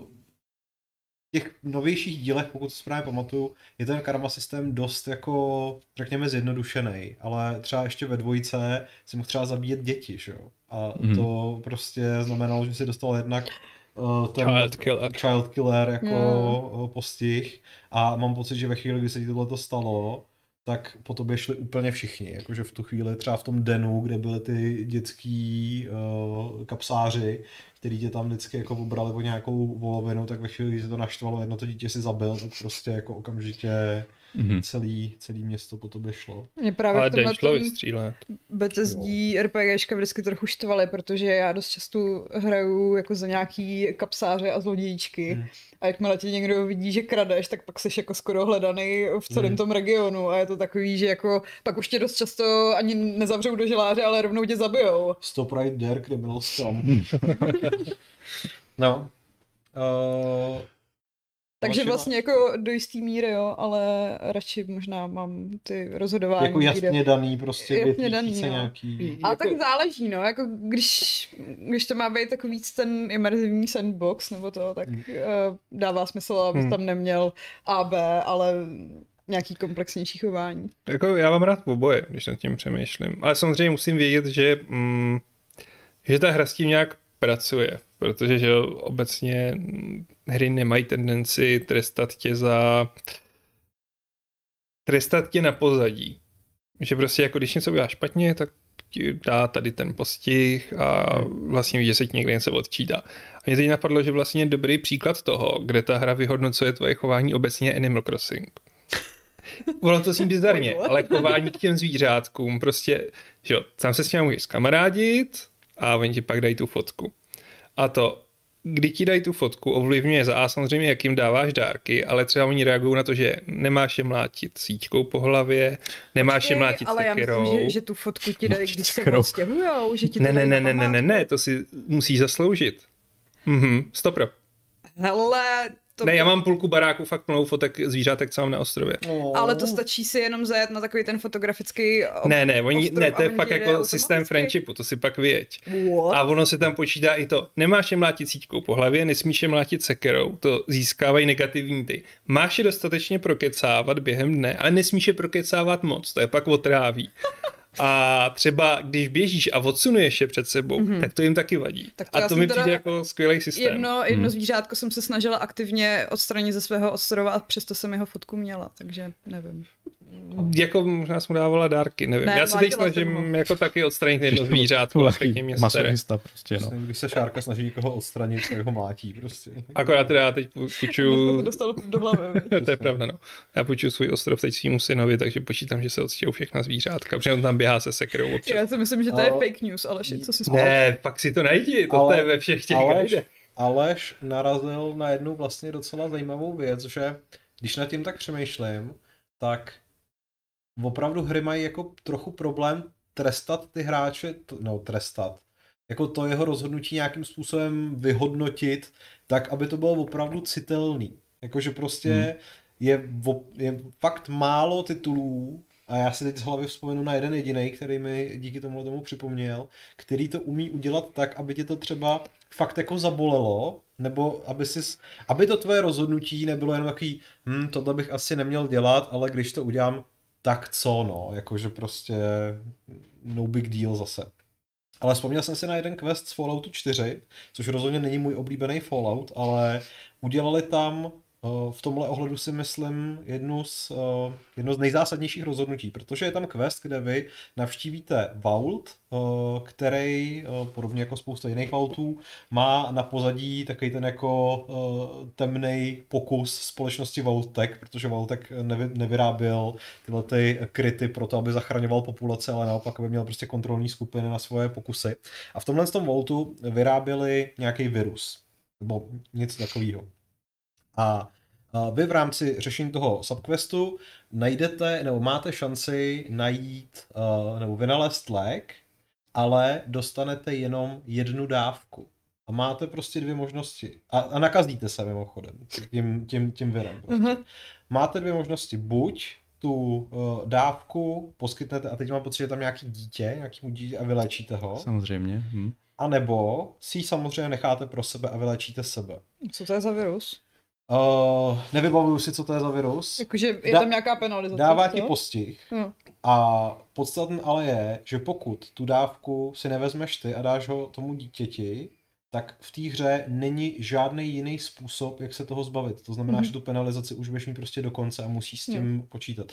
v těch novějších dílech, pokud se správně pamatuju, je ten karma systém dost jako, řekněme, zjednodušený, ale třeba ještě ve dvojce si mohl třeba zabíjet děti, že jo? A Mhm. to prostě znamenalo, že si dostal jednak uh, ten Child killer. child killer jako Jo. uh, postih a mám pocit, že ve chvíli, kdy se ti tohle stalo, tak po tobě šli úplně všichni, jakože v tu chvíli třeba v tom denu, kde byly ty dětský uh, kapsáři, který tě tam vždycky jako obrali o nějakou volovinu, tak ve chvíli, kdy se to naštvalo, jedno to dítě si zabil, tak prostě jako okamžitě Mhm. celý, celý město po tobě šlo. Mě právě Ale v tomhle jde šlo vystřílet. Bethesdí RPGčka vždycky trochu štvaly, protože já dost často hraju jako za nějaký kapsáře a zlodějíčky. Hmm. A jakmile tě někdo vidí, že kradeš, tak pak jsi jako skoro hledaný v celém Hmm. tom regionu a je to takový, že jako pak už tě dost často ani nezavřou do želáře, ale rovnou tě zabijou. Stop right there, criminal scum. No. Uh, Takže vaše- vlastně jako do jistý míry, jo, ale radši možná mám ty rozhodování. Jako jasně kde- daný prostě Jasně větví daný, se no. nějaký... A Jako- tak záleží, no, jako když, když to má být jako víc ten imerzivní sandbox, nebo to, tak Hmm. uh, dává smysl, abys Hmm. tam neměl A B, ale nějaký komplexnější chování. Jako já mám rád oboje, když nad tím přemýšlím. Ale samozřejmě musím vědět, že, mm, že ta hra s tím nějak pracuje, protože že jo, obecně mm, hry nemají tendenci trestat tě za trestat tě na pozadí. Že prostě jako když něco uděláš špatně, tak ti dá tady ten postih a vlastně ví, že se ti někde něco odčítá. A mě teď napadlo, že vlastně dobrý příklad toho, kde ta hra vyhodnocuje tvoje chování obecně je Animal Crossing. Ono to zní bizarně, ale chování k těm zvířátkům, prostě, že jo, tam se s nimi můžeš kamarádit a oni ti pak dají tu fotku. A to, kdy ti dají tu fotku, ovlivňuje za A samozřejmě, jak jim dáváš dárky, ale třeba oni reagují na to, že nemáš je mlátit síťkou po hlavě, nemáš je mlátit ale já sekirou. myslím, že, že tu fotku ti dají, když se sekerou. odstěhujou, že ti to Ne, ne, dají ne, na ne, ne, ne, ne, to si musíš zasloužit. Mhm, stopro. Hele, to Ne, já mám půlku baráku fakt plnou fotek zvířátek, co mám na ostrově. ale to stačí si jenom zajet na takový ten fotografický ob- Ne, ne, oni, ostrov ne, to a je on fakt ti jede jako systém automaticky. friendshipu, to si pak vyjeď. What? A ono se tam počítá i to, nemáš je mlátit síťkou po hlavě, nesmíš je mlátit sekerou, to získávají negativní ty. Máš je dostatečně prokecávat během dne, ale nesmíš je prokecávat moc, to je pak otráví. A třeba když běžíš a odsunuješ je před sebou, mm-hmm. tak to jim taky vadí. Tak to A já to jsem mi teda přijde jako skvělý systém. Jedno, jedno hmm. zvířátko jsem se snažila aktivně odstranit ze svého ostrova a přesto jsem jeho fotku měla, takže nevím. Jako možná jsem mu dávala dárky, nevím. Ne, Já se teď mlátila jsem snažím ho. jako taky odstranit jedno zvířátko, respektive mě staré. Masochista prostě, no. Když se Šárka snaží někoho odstranit, tak ho mlátí prostě. Akorát teda já teď To půjčuju, dostalo do hlavy. to je pravda, no. Já půjčuju svůj ostrov teď svýmu synovi, takže počítám, že se odstěhou všechna zvířátka, protože on tam běhá se sekerou občas. Já si myslím, že to je Ale- fake news, ale co si Ne, pak si to najdi, to Ale- je ve všech těch Aleš, guidech. Aleš narazil na jednu vlastně docela zajímavou věc, že když nad tím tak přemýšlím, tak opravdu hry mají jako trochu problém trestat ty hráče, t- no trestat, jako to jeho rozhodnutí nějakým způsobem vyhodnotit, tak aby to bylo opravdu citelný. Jakože prostě Hmm. je, vo- je fakt málo titulů, a já si teď z hlavy vzpomenu na jeden jediný, který mi díky tomu tomu připomněl, který to umí udělat tak, aby tě to třeba fakt jako zabolelo, nebo aby si, aby to tvoje rozhodnutí nebylo jenom takový, hm, tohle bych asi neměl dělat, ale když to udělám, tak co, no, jakože prostě no big deal zase. Ale vzpomněl jsem si na jeden quest z Falloutu čtyři, což rozhodně není můj oblíbený Fallout, ale udělali tam uh, v tomhle ohledu si myslím jednu z, uh, jedno z nejzásadnějších rozhodnutí, protože je tam quest, kde vy navštívíte vault, uh, který, uh, podobně jako spousta jiných vaultů, má na pozadí takový ten jako uh, temnej pokus společnosti Vault-Tec, protože Vault-Tec nevy, nevyráběl tyhle ty kryty pro to, aby zachraňoval populace, ale naopak aby měl prostě kontrolní skupiny na svoje pokusy. A v tomhle tom Vaultu vyráběli nějaký virus, nebo něco takového. A a vy v rámci řešení toho subquestu najdete, nebo máte šanci najít, uh, nebo vynalézt lék, ale dostanete jenom jednu dávku. A máte prostě dvě možnosti. A, a nakazíte se mimochodem tím, tím, tím virem. Prostě. Uh-huh. Máte dvě možnosti. Buď tu uh, dávku poskytnete, a teď mám pocit, že je tam nějaký dítě, nějaký dítě a vylečíte ho. Samozřejmě. Hm. A nebo si ji samozřejmě necháte pro sebe a vylečíte sebe. Co to je za virus? Uh, nevybavuju si, co to je za virus. Jakože je Da- tam nějaká penalizace? Dává co? ti postih. No. A podstatné ale je, že pokud tu dávku si nevezmeš ty a dáš ho tomu dítěti, tak v té hře není žádný jiný způsob, jak se toho zbavit. To znamená, Mhm. že tu penalizaci už budeš mít prostě do konce a musíš s tím počítat.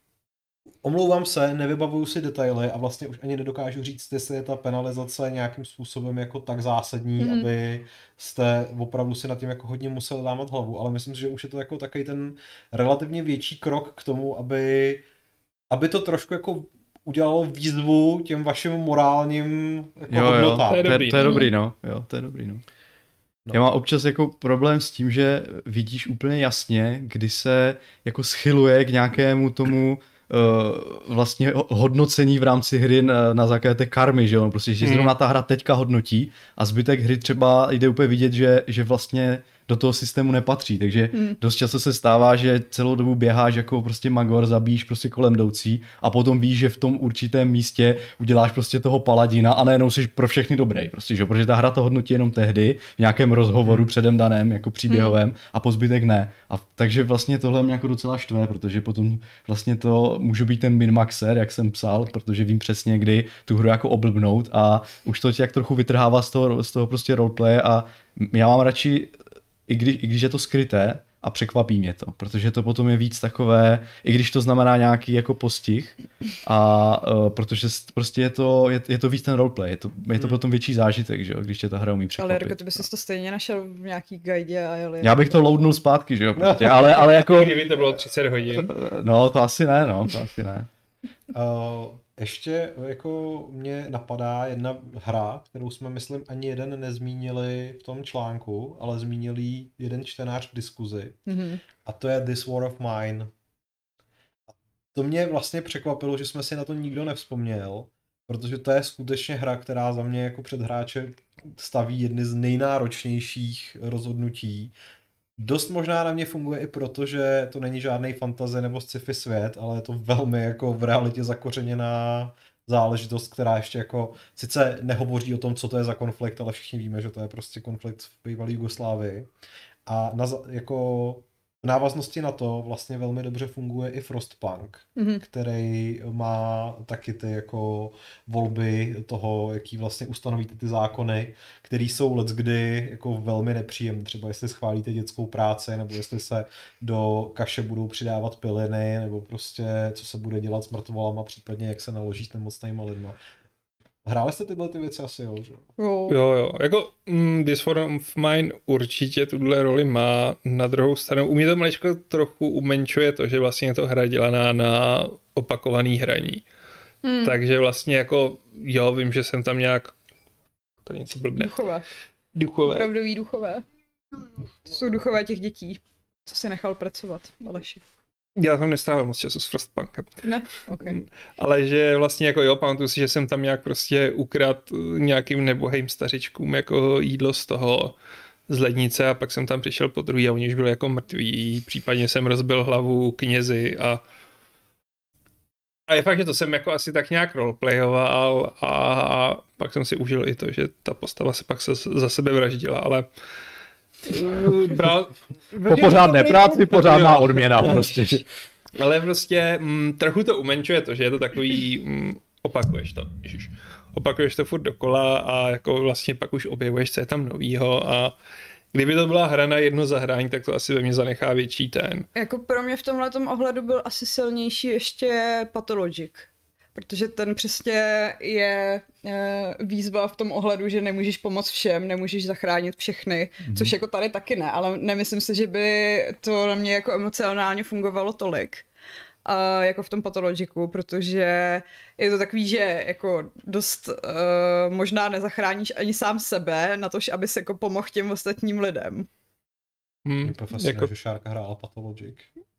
Omlouvám se, nevybavuju si detaily a vlastně už ani nedokážu říct, jestli je ta penalizace nějakým způsobem jako tak zásadní, Mhm. aby jste opravdu si nad tím jako hodně museli lámat hlavu, ale myslím si, že už je to jako takový ten relativně větší krok k tomu, aby, aby to trošku jako udělalo výzvu těm vašim morálním jako Jo, jo, hodnotám. To je to je, dobrý. to je dobrý, no. Jo, to je dobrý, no. No. Já mám občas jako problém s tím, že vidíš úplně jasně, kdy se jako schyluje k nějakému tomu uh, vlastně hodnocení v rámci hry na, na základě té karmy, že jo, prostě, že Hmm. zrovna ta hra teďka hodnotí a zbytek hry třeba jde úplně vidět, že, že vlastně do toho systému nepatří, takže Hmm. dost často se stává, že celou dobu běháš jako prostě magor, zabíjíš prostě kolem jdoucí a potom víš, že v tom určitém místě uděláš prostě toho paladina a najednou jsi pro všechny dobrý, prostě, že? Protože ta hra to hodnotí jenom tehdy v nějakém rozhovoru předem daném, jako příběhovém a po zbytek ne. A takže vlastně tohle mě jako docela štve, protože potom vlastně to může být ten minmaxer, jak jsem psal, protože vím přesně, kdy tu hru jako oblbnout a už to tě jak trochu vytrhává z toho, z toho prostě roleplay a já mám radši, i když, i když je to skryté a překvapí mě to, protože to potom je víc takové, i když to znamená nějaký jako postih a uh, protože prostě je to, je, je to víc ten roleplay, je to, je to Hmm. potom větší zážitek, že jo, když tě ta hra umí Ale překvapit. Jarko, ty bys si to stejně našel v nějaký guide a jeli. Já bych to loadnul zpátky, že jo, prostě, ale, ale jako, Kdyby to bylo třicet hodin. no to asi ne, no, to asi ne. Uh, ještě jako mě napadá jedna hra, kterou jsme, myslím, ani jeden nezmínili v tom článku, ale zmínil ji jeden čtenář v diskuzi. Mhm. A to je This War of Mine. A to mě vlastně překvapilo, že jsme si na to nikdo nevzpomněl, protože to je skutečně hra, která za mě jako před hráče staví jedny z nejnáročnějších rozhodnutí. Dost možná na mě funguje i proto, že to není žádný fantasy nebo sci-fi svět, ale je to velmi jako v realitě zakořeněná záležitost, která ještě jako sice nehovoří o tom, co to je za konflikt, ale všichni víme, že to je prostě konflikt v bývalé Jugoslávii. A na, za- jako v návaznosti na to vlastně velmi dobře funguje i Frostpunk, Mhm. který má taky ty jako volby toho, jaký vlastně ustanovíte ty zákony, které jsou leckdy jako velmi nepříjemné. Třeba jestli schválíte dětskou práci, nebo jestli se do kaše budou přidávat piliny, nebo prostě co se bude dělat s mrtvolama, případně jak se naloží s nemocnýma lidma. Hráli jste tyhle ty věci asi, jo? Že? Jo. Jo, jo. Jako mm, This War of Mine určitě tuhle roli má. Na druhou stranu, u mě to maličko trochu umenčuje to, že vlastně je to hra dělaná na opakovaný hraní. Hmm. Takže vlastně jako, jo, vím, že jsem tam nějak, tady něco blbne, Duchové. duchové. Opravdoví duchové. To jsou duchové těch dětí, co si nechal pracovat, Aleši. Já tam nestrávil moc času s Frostpunkem. Ne? OK. Ale že vlastně jako jo, pamatuju si, že jsem tam nějak prostě ukrad nějakým nebohým stařičkům jako jídlo z toho z lednice a pak jsem tam přišel po druhý a oni už byli jako mrtví, případně jsem rozbil hlavu knězi a a je fakt, že to jsem jako asi tak nějak roleplayoval a, a pak jsem si užil i to, že ta postava se pak se, za sebe vraždila, ale bral, Po pořádné práci, pořádná odměna prostě. ale prostě mm, trochu to umenčuje to, že je to takový, mm, opakuješ to, ježiš, opakuješ to furt dokola a jako vlastně pak už objevuješ, co je tam novýho a kdyby to byla hra na jedno zahrání, tak to asi ve mně zanechá větší ten. Jako pro mě v tomhletom ohledu byl asi silnější ještě Pathologic. Protože ten přesně je e, výzva v tom ohledu, že nemůžeš pomoct všem, nemůžeš zachránit všechny, mm-hmm. což jako tady taky ne, ale nemyslím si, že by to na mě jako emocionálně fungovalo tolik, a jako v tom Pathologicu, protože je to takový, že jako dost uh, možná nezachráníš ani sám sebe na to, aby se jako pomohl těm ostatním lidem. Hm, Mě fascinuje, jako, že Šárka hrála Pathologic.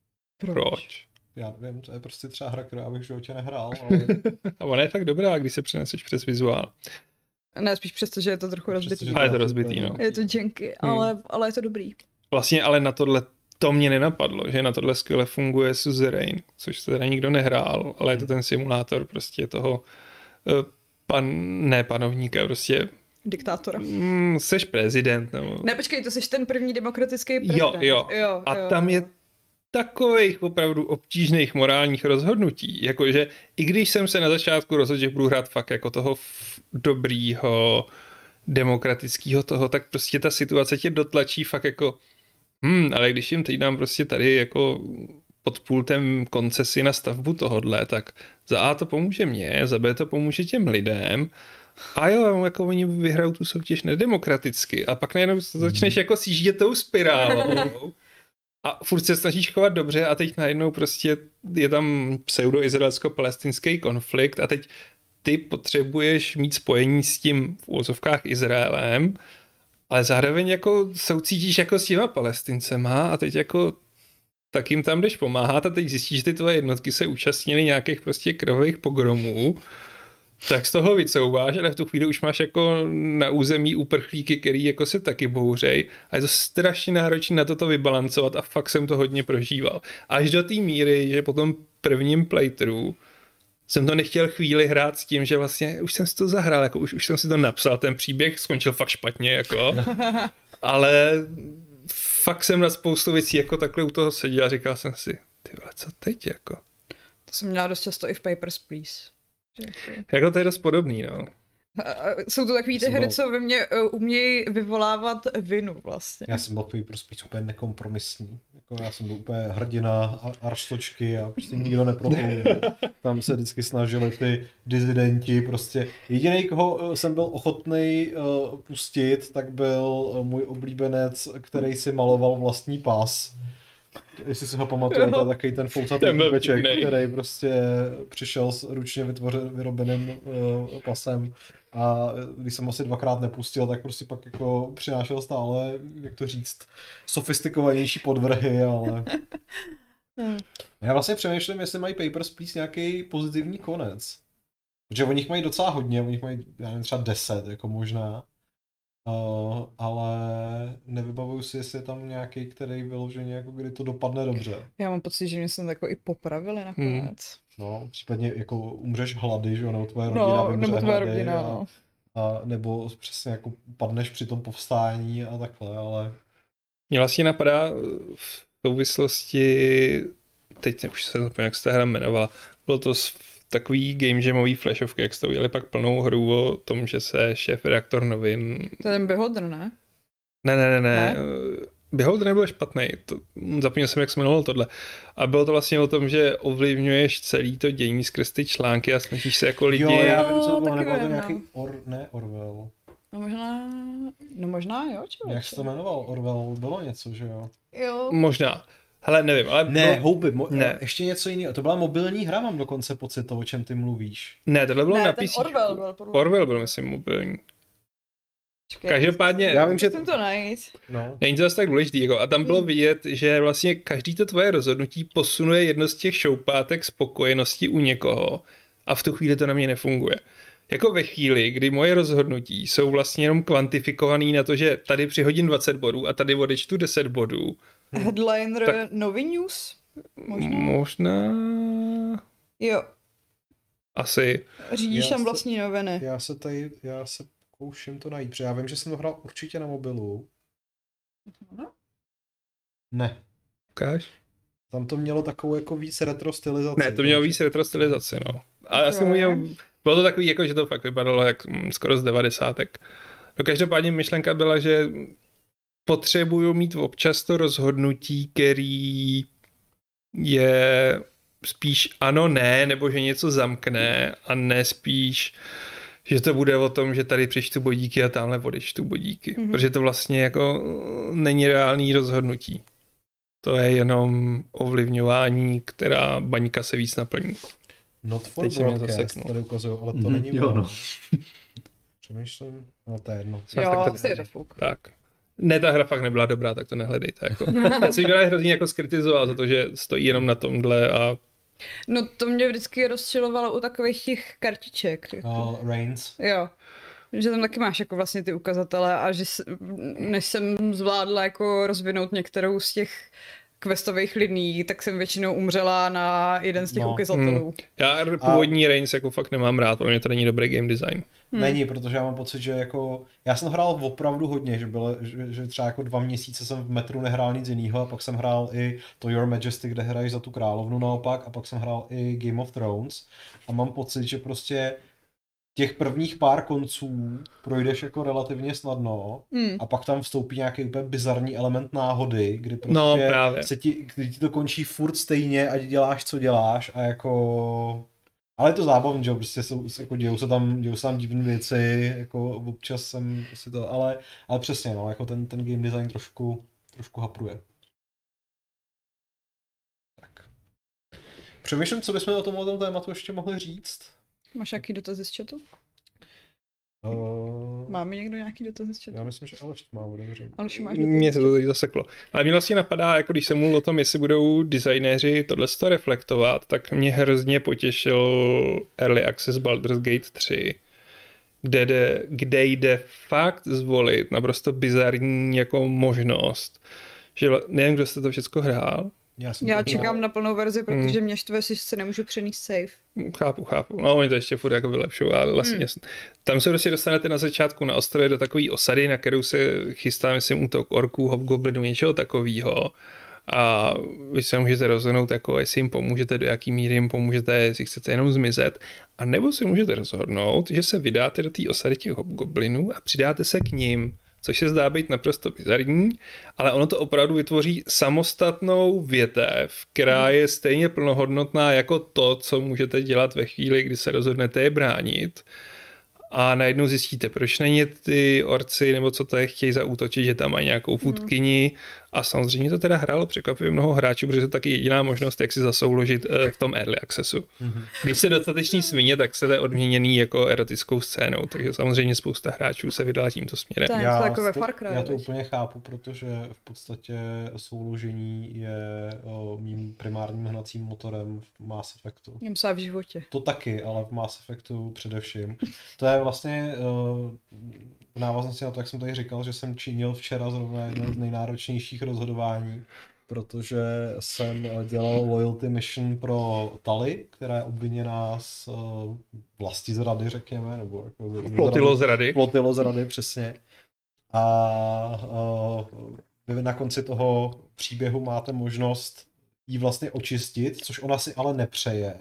proč? Já nevím, to je prostě třeba hra, kterou já bych v životě nehrál, ale A ona je tak dobrá, když se přeneseš přes vizuál. Ne, spíš přesto, že je to trochu rozbitý. Přestože A je to to rozbitý, no. Je to junky, Hmm. ale, ale je to dobrý. Vlastně ale na tohle to mě nenapadlo, že na tohle skvěle funguje Suzerain, což se teda nikdo nehrál, ale je to ten simulátor prostě toho eh, pan, ne panovníka, prostě Diktátora. mm, seš prezident. Nebo... Ne, počkej, to jsi ten první demokratický prezident. Jo, jo. jo A jo, tam jo. je takových opravdu obtížných morálních rozhodnutí, jakože i když jsem se na začátku rozhodl, že budu hrát fakt jako toho f- dobrýho, demokratického toho, tak prostě ta situace tě dotlačí fakt jako hm, ale když jim teď dám prostě tady jako pod pultem koncesi na stavbu tohodle, tak za A to pomůže mně, za B to pomůže těm lidem a jo, jako oni vyhrajou tu soutěž nedemokraticky a pak najednou začneš jako sjíždět tou spirálou a furt se snažíš chovat dobře a teď najednou prostě je tam pseudo-izraelsko-palestinský konflikt a teď ty potřebuješ mít spojení s tím v úvozovkách Izraelem, ale zároveň jako soucítíš jako s těma Palestincema a teď jako tak jim tam jdeš pomáhat a teď zjistíš, že ty tvoje jednotky se účastnily nějakých prostě krvavých pogromů, tak z toho vycouváš, ale v tu chvíli už máš jako na území uprchlíky, který jako se taky bouřej a je to strašně náročné na toto vybalancovat a fakt jsem to hodně prožíval. Až do té míry, že po tom prvním playthrough jsem to nechtěl chvíli hrát s tím, že vlastně už jsem si to zahrál, jako už, už jsem si to napsal, ten příběh skončil fakt špatně, jako, ale fakt jsem na spoustu věcí jako takhle u toho seděl a říkal jsem si, ty vole, co teď, jako. To jsem měla dost často i v Papers, Please. Jako to je dost podobný, no. Jsou to takový ty Jsem hry, byl- co ve mně uh, umějí vyvolávat vinu vlastně. Já jsem byl takový prostě úplně nekompromisní. Jako já jsem byl úplně hrdina a arštočky a prostě nikdo neprohul. Tam se vždycky snažili ty dizidenti prostě. Jediný, koho jsem byl ochotný uh, pustit, tak byl uh, můj oblíbenec, který si maloval vlastní pás. Jestli si ho pamatujete, Jo. takový ten fousatý Ten byl týpeček, vtipnej. který prostě přišel s ručně vytvořen, vyrobeným uh, pasem. A když jsem ho asi dvakrát nepustil, tak prostě pak jako přinášel stále, jak to říct, sofistikovanější podvrhy, ale... Hmm. Já vlastně přemýšlím, jestli mají Papers, Please nějaký pozitivní konec. Protože oni jich mají docela hodně, oni jich mají, já nevím, třeba deset, jako možná. Uh, ale nevybavuju si, jestli je tam nějaký, který vyloženě, jako kdy to dopadne dobře. Já mám pocit, že mě se jako i popravili nakonec. No, případně jako umřeš hlady, že jo, nebo tvoje rodina No, vymře nebo tvoje hlady rodina, a, no. a nebo přesně jako padneš při tom povstání a takhle, ale Mě vlastně napadá v souvislosti, teď už se zapomněl, jak se ta hra jmenovala, bylo to s- takový game jamový flashovky, jak jste udělali pak plnou hru o tom, že se šéf redaktor novin... To je ten Beholder, ne? Ne, ne, ne, ne. Ne? Beholder nebyl špatný, to, zapomněl jsem, jak se jmenovalo tohle. A bylo to vlastně o tom, že ovlivňuješ celý to dění skrz ty články a snažíš se jako lidi... jo, já Jo, vím, co to bylo, taky nebo to vím, nějaký no. Or, ne Orwell. No možná, no možná jo, člověče. Jak se to jmenoval? Orwell, bylo něco, že jo? Jo. Možná. Hele, nevím, ale... Ne, bylo- houby, mo- Ne. ještě něco jiného. To byla mobilní hra, mám dokonce pocit, to, o čem ty mluvíš. Ne, tohle bylo Ne, na ten P C. Orwell byl podle- Orwell byl, myslím, mobilní. Počkej, Každopádně... Já vím, že Musím to najít. No. Není to zase tak důležitý, jako, a tam bylo vidět, že vlastně každý to tvoje rozhodnutí posunuje jedno z těch šoupátek spokojenosti u někoho a v tu chvíli to na mě nefunguje. Jako ve chvíli, kdy moje rozhodnutí jsou vlastně jenom kvantifikovaný na to, že tady přihodím dvacet bodů a tady odečtu deset bodů. Headliner Tak- Nový News? Možná. Možná... Jo, Asi. řídíš Já tam se- vlastní noviny. Já se tady, já se pokouším to najít, protože já vím, že jsem to hrál určitě na mobilu. Ne. Ukáž? Tam to mělo takovou jako víc retro stylizaci. Ne, to mělo víc retro stylizaci, no. A já jsem Jo. udělal, bylo to takový, jako, že to fakt vypadalo jak mm, skoro z devadesátek. No každopádně myšlenka byla, že potřebuju mít občas to rozhodnutí, který je spíš ano, ne, nebo že něco zamkne a ne spíš, že to bude o tom, že tady přečtu bodíky a tamhle odečtu bodíky. Mhm. Protože to vlastně jako není reálný rozhodnutí. To je jenom ovlivňování, která baňka se víc naplní. Not for Teď se mě broadcast, zaseknul. tady ukazují, ale to Mhm, není jo, ono. no. Přemýšlím, no to je jedno. Tak Jo, to- asi je to fuk. Tak. Ne, ta hra fakt nebyla dobrá, tak to nehledejte. Jako. Já jsem ji hrozně jako skritizoval za to, že stojí jenom na tomhle a No to mě vždycky rozčilovalo u takových těch kartiček. Jako. Uh, Reigns. Jo. Že tam taky máš jako vlastně ty ukazatele a že s- než jsem zvládla jako rozvinout některou z těch questových linií, tak jsem většinou umřela na jeden z těch No. ukazatelů. já původní Reigns jako fakt nemám rád, pro mě to není dobrý game design. Hmm. Není, protože já mám pocit, že jako, já jsem hrál opravdu hodně, že, bylo, že, že třeba jako dva měsíce jsem v metru nehrál nic jiného a pak jsem hrál i to Your Majesty, kde hraješ za tu královnu naopak a pak jsem hrál i Game of Thrones a mám pocit, že prostě těch prvních pár konců projdeš jako relativně snadno Hmm. a pak tam vstoupí nějaký úplně bizarní element náhody, kdy prostě No, právě. se ti, kdy ti to končí furt stejně, ať děláš, co děláš a jako... Ale je to zábavný, že jo, prostě jsou, jako dějou se tam, dějou se tam divné věci, jako občas jsem si to, ale, ale přesně, no, jako ten, ten game design trošku, trošku hapruje. Tak. Přemýšlím, co bychom o tom, o tom tématu ještě mohli říct. Máš nějaký dotazy z chatu? Uh, Máme někdo nějaký dotaz z chatu? já myslím, že Aleš to má otevřený. Aleš, máš dotaz? Mně se to teď zaseklo. Ale mě vlastně napadá, jako když jsem mluvil o tom, jestli budou designéři tohle reflektovat, tak mě hrozně potěšil Early Access Baldur's Gate tři, kde jde, kde jde fakt zvolit naprosto bizarní jako možnost, že nevím, kdo jste to všechno hrál. Já, jsem Já to čekám hrál. na plnou verzi, protože mě štve, že se nemůžu přenést save. Chápu, chápu. No, oni to ještě furt jako vylepšují, ale vlastně hmm. tam se prostě dostanete na začátku na ostrově do takové osady, na kterou se chystá, myslím, útok orků, hobgoblinů, něčeho takového. A vy se můžete rozhodnout, jako jestli jim pomůžete, do jaký míry jim pomůžete, jestli chcete jenom zmizet. A nebo si můžete rozhodnout, že se vydáte do té osady těch hobgoblinů a přidáte se k ním, což se zdá být naprosto bizarní, ale ono to opravdu vytvoří samostatnou větev, která je stejně plnohodnotná jako to, co můžete dělat ve chvíli, kdy se rozhodnete je bránit. A najednou zjistíte, proč na ně ty orci, nebo co to je, chtějí zaútočit, že tam mají nějakou futkyni. A samozřejmě to teda hrálo překvapivě mnoho hráčů, protože to je taky jediná možnost, jak si zasouložit v tom early accessu. Mm-hmm. Když se dostatečný svině, tak se to je odměněný jako erotickou scénou, takže samozřejmě spousta hráčů se vydala tímto směrem. To je Já, jako ve to, Far Cry, já to viď? úplně chápu, protože v podstatě souložení je o, mým primárním hnacím motorem v Mass Effectu. Jem se v životě. To taky, ale v Mass Effectu především. To je vlastně uh, v návaznosti na to, jak jsem tady říkal, že jsem činil včera zrovna jedno z nejnáročnějších rozhodování, protože jsem dělal loyalty mission pro Tali, která je obviněná z uh, vlastizrady, řekněme, nebo jako Flotilo z rady. Flotilo z rady, přesně. A uh, vy na konci toho příběhu máte možnost ji vlastně očistit, což ona si ale nepřeje,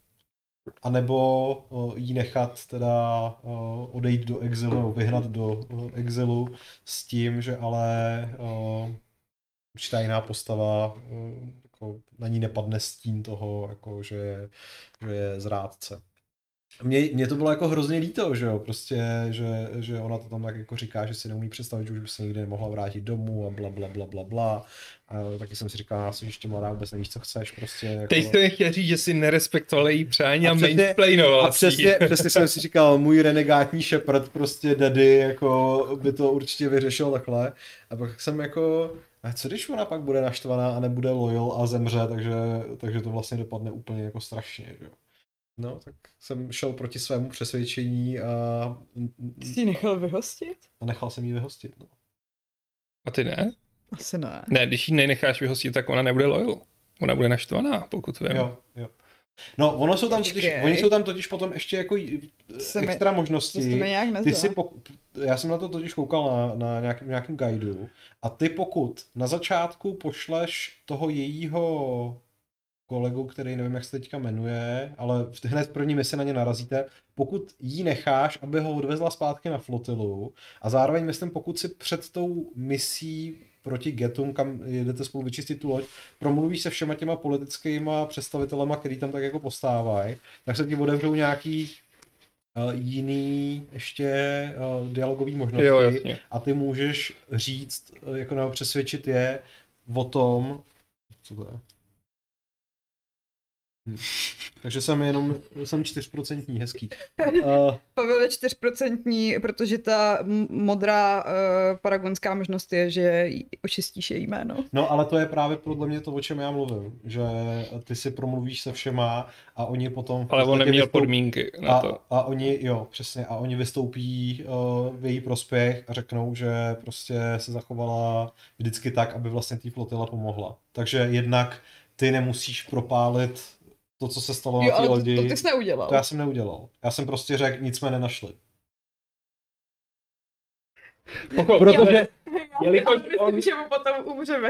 anebo uh, jí nechat teda uh, odejít do exilu, nebo vyhnat do uh, exilu s tím, že ale uh, určitá jiná postava uh, jako na ní nepadne stín toho, jako, že, je, že je zrádce. Mně, mně to bylo jako hrozně líto, že jo, prostě, že, že ona to tam tak jako říká, že si neumí představit, že už by se nikdy nemohla vrátit domů a bla bla bla bla bla. A taky jsem si říkal, já jsem ještě mladá, vůbec nevíš, co chceš, prostě. Jako... Teď jsem chtěl říct, že si nerespektoval její přání a, a přesně, mansplainoval a přesně, přesně jsem si říkal, můj renegátní Shepard, prostě daddy, jako by to určitě vyřešil takhle. A pak jsem jako, a co když ona pak bude naštvaná a nebude loyal a zemře, takže, takže to vlastně dopadne úplně jako strašně, že jo. No, tak jsem šel proti svému přesvědčení a... Jsi ji nechal vyhostit? A nechal jsem jí vyhostit, no. A ty ne? Asi ne. Ne, když ji nenecháš vyhostit, tak ona nebude loyal. Ona bude naštvaná, pokud vím. Jo, jo. No, ono jsou tam totiž, oni jsou tam totiž potom ještě jako extra mi, možnosti. To mi nějak ty si poku, já jsem na to totiž koukal na, na nějakém, nějakém guideu a ty pokud na začátku pošleš toho jejího kolegu, který nevím, jak se teďka jmenuje, ale hned v první misi na ně narazíte, pokud jí necháš, aby ho odvezla zpátky na flotilu a zároveň myslím, pokud si před tou misí proti Getům, kam jedete spolu vyčistit tu loď, promluvíš se všema těma politickýma představitelema, který tam tak jako postávají, tak se ti otevřou nějaký uh, jiný ještě uh, dialogový možnosti jo, jasně. A ty můžeš říct, uh, jako nebo přesvědčit je o tom, co to je? Hm. Takže jsem jenom, jsem čtyři procenta hezký. Uh, Pavel je čtyři procenta, protože ta modrá uh, paragonská možnost je, že očistíš její jméno. No ale to je právě podle mě to, o čem já mluvím, že ty si promluvíš se všema a oni potom... Ale on neměl vystoupí, podmínky na a, to. A oni, jo, přesně, a oni vystoupí uh, v její prospěch a řeknou, že prostě se zachovala vždycky tak, aby vlastně té flotile pomohla. Takže jednak ty nemusíš propálit to, co se stalo jo, na té ale lodi. To, to ty jsi neudělal. To já jsem neudělal. Já jsem prostě řekl, nic jsme nenašli. Pochop, protože... jelikož on... že mu potom umřeme.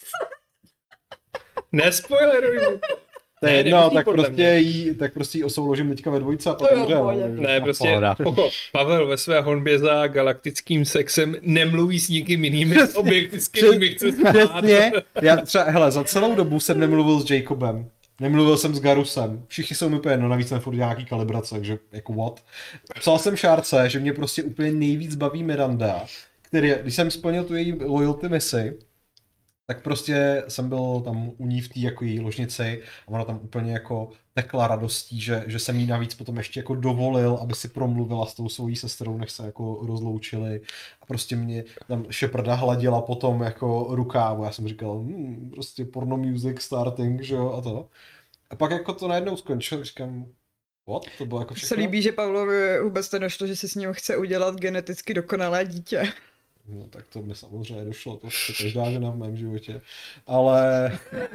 Nespoileruj mu. To je jedno, tak prostě, jí, tak prostě jí osouložím teďka ve dvojce a potom umře. Ne, prostě pochop, Pavel ve své honbě za galaktickým sexem nemluví s nikým jiným než objekty, s kterými chce spát. Přesně, já třeba, hele, za celou dobu jsem nemluvil s Jacobem. Nemluvil jsem s Garusem. Všichni jsou mi úplně jedno, navíc jsem furt nějaký kalibrace, takže jako what. Psal jsem Šárce, že mě prostě úplně nejvíc baví Miranda, který, když jsem splnil tu její loyalty misi, tak prostě jsem byl tam u ní v té jako její ložnici a ona tam úplně jako tekla radostí, že, že jsem jí navíc potom ještě jako dovolil, aby si promluvila s tou svojí sestrou, než se jako rozloučili a prostě mě tam Sheparda hladila potom jako rukávu, já jsem říkal, hm, prostě porno music starting, že jo, a to. A pak jako to najednou skončilo, říkám, what? To bylo jako všechno? Se líbí, že Pavlovi vůbec to došlo, že si s ním chce udělat geneticky dokonalé dítě. No tak to mi samozřejmě došlo, to se každá žena v mém životě, ale...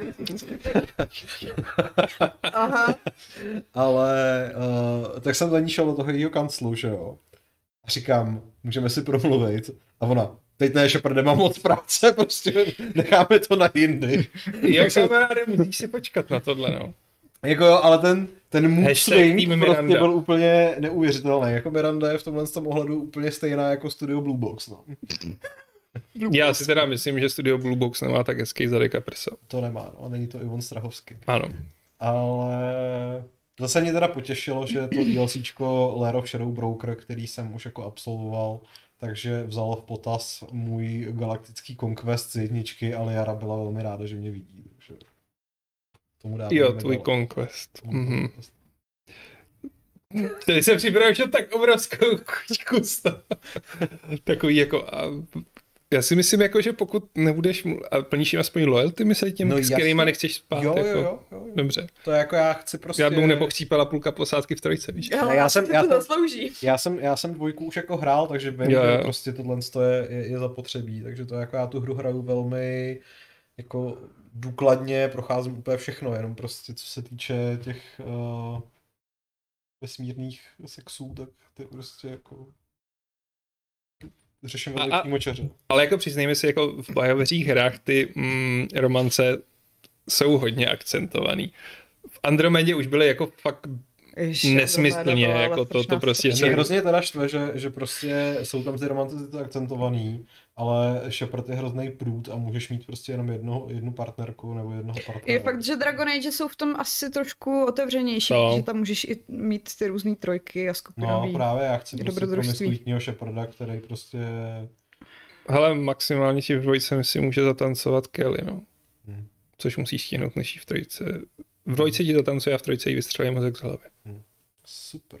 Aha. ale uh, tak jsem za ní šel do toho jejího kanclu, že jo. A říkám, můžeme si promluvit. A ona, teď ne, Shepard, nemám moc práce, prostě necháme to na jindy. Jak kamaráde, musíš si počkat na tohle, no. Jako jo, ale ten, ten mood Hashtag swing tým prostě Miranda. byl úplně neuvěřitelný. Jako Miranda je v tomhle tom ohledu úplně stejná jako Studio Blue Box, no. Já si teda myslím, že studio Blue Box nemá tak hezký zadek a prso. To nemá, no, a není to Ivon Strahovský. Ano. Ale zase mě teda potěšilo, že to DLCčko Lair of Shadow Broker, který jsem už jako absolvoval, takže vzalo v potaz můj galaktický conquest z jedničky, ale Jara byla velmi ráda, že mě vidí. Takže tomu dávám Jo, medal. tvůj Conquest. Tomu Mhm. conquest. Tady jsem připravil že tak obrovskou kus. Takový jako... A já si myslím, jako, že pokud nebudeš mlu- a plníš jim aspoň loyalty, mysli těm, No no, s kterýma jasně. nechceš spát. Jo, jo, jako. jo, jo. Dobře. To je jako já chci prostě... Já bych mu nepochcípala půlka posádky v trojce, víš. Ale já jsem- to já to jsem- zaslouží. Já jsem, já jsem dvojku už jako hrál, takže vím, Jo, že jo. prostě tohle je, je, je zapotřebí, takže to jako já tu hru hraju velmi jako důkladně, procházím úplně všechno, jenom prostě co se týče těch uh, vesmírných sexů, tak ty prostě jako řeším A- velmi a- přímočaře. Ale jako přiznejme si, jako v bajoveřích hrách ty mm, romance jsou hodně akcentovaný. V Andromedě už byly jako fakt Ježiš, nesmyslně, Andromeda byla jako to, to strašná prostě Mě se... hrozně teda štve, že, že prostě jsou tam ty romantici akcentovaný, ale Shepard je hrozný průd a můžeš mít prostě jenom jednu, jednu partnerku nebo jednoho partnera. Je fakt, že Dragon Age jsou v tom asi trošku otevřenější, No. protože tam můžeš i mít ty různé trojky a No skupinový. právě, já chci prostě dobrodružství. promiskuitního Sheparda, který prostě... Hele, maximálně ti v dvojce si může zatancovat Kelly, no. Hmm. Což musíš stihnout, než jí v trojce... V dvojce ti zatancuje a v trojce jí vystřelí mozek z hlavy. Super.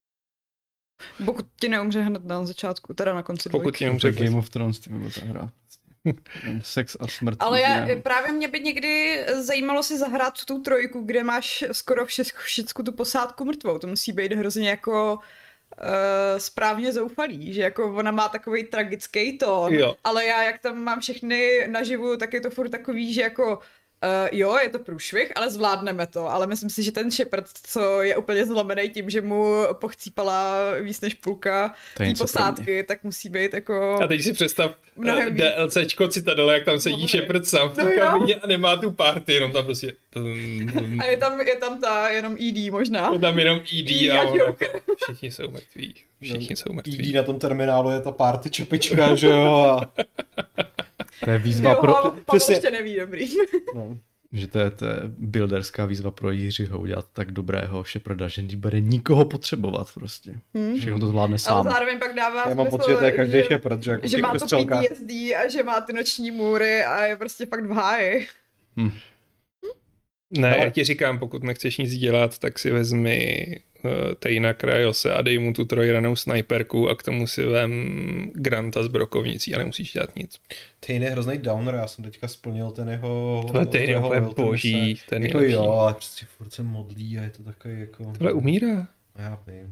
Pokud ti neumře hned na začátku, teda na konci Pokud dvojky. ti jenom To je řekl. Game of Thrones, ty byla ta hra. Sex a smrt. Ale já, ne? právě mě by někdy zajímalo si zahrát tu trojku, kde máš skoro všecko, všecku tu posádku mrtvou. To musí být hrozně jako uh, správně zoufalý, že jako ona má takový tragický tón, Jo. ale já jak tam mám všechny naživu, tak je to furt takový, že jako Uh, jo, je to průšvih, ale zvládneme to, ale myslím si, že ten Shepard, co je úplně zlomený tím, že mu pochcípala víc než půlka To je té něco pro posádky, tak musí být jako... A teď si představ Mnohem eh, víc. DLCčko Citadele, jak tam sedí No, Shepard sám v no té jo. kabině a nemá tu party, jenom tam prostě... A je tam, je tam ta jenom E D možná. Je tam jenom E D E D a a on Joker. jako, všichni jsou mrtví. Všichni jsou E D mrtví. na tom terminálu je ta party čepička, že jo? A... To je výzva Jo, pro... Pavel přesně. ještě neví, dobrý. No. Že to je, to je builderská výzva pro Jiřího udělat tak dobrého Sheparda, že nebude nikoho potřebovat prostě. Hmm. Všechno to zvládne Ale sám. zároveň pak dává Já mám smysl, pocit, že to je každý že, Shepard, že jako v že těch má to přestřelkách. P T S D a že má ty noční můry a je prostě fakt v háji. Hm. Ne, Ale- já ti říkám, pokud nechceš nic dělat, tak si vezmi uh, Tejna Krajose a dej mu tu trojranou snajperku a k tomu si vem Granta s brokovnicí a nemusíš dělat nic. Tejn je hrozný downer, já jsem teďka splnil ten jeho... Tohle Tejn je jeho úplně loyalty boží, mise. ten je Jako lepší. jo, ale prostě furt se modlí a je to takový jako... Tohle umírá. Já vím.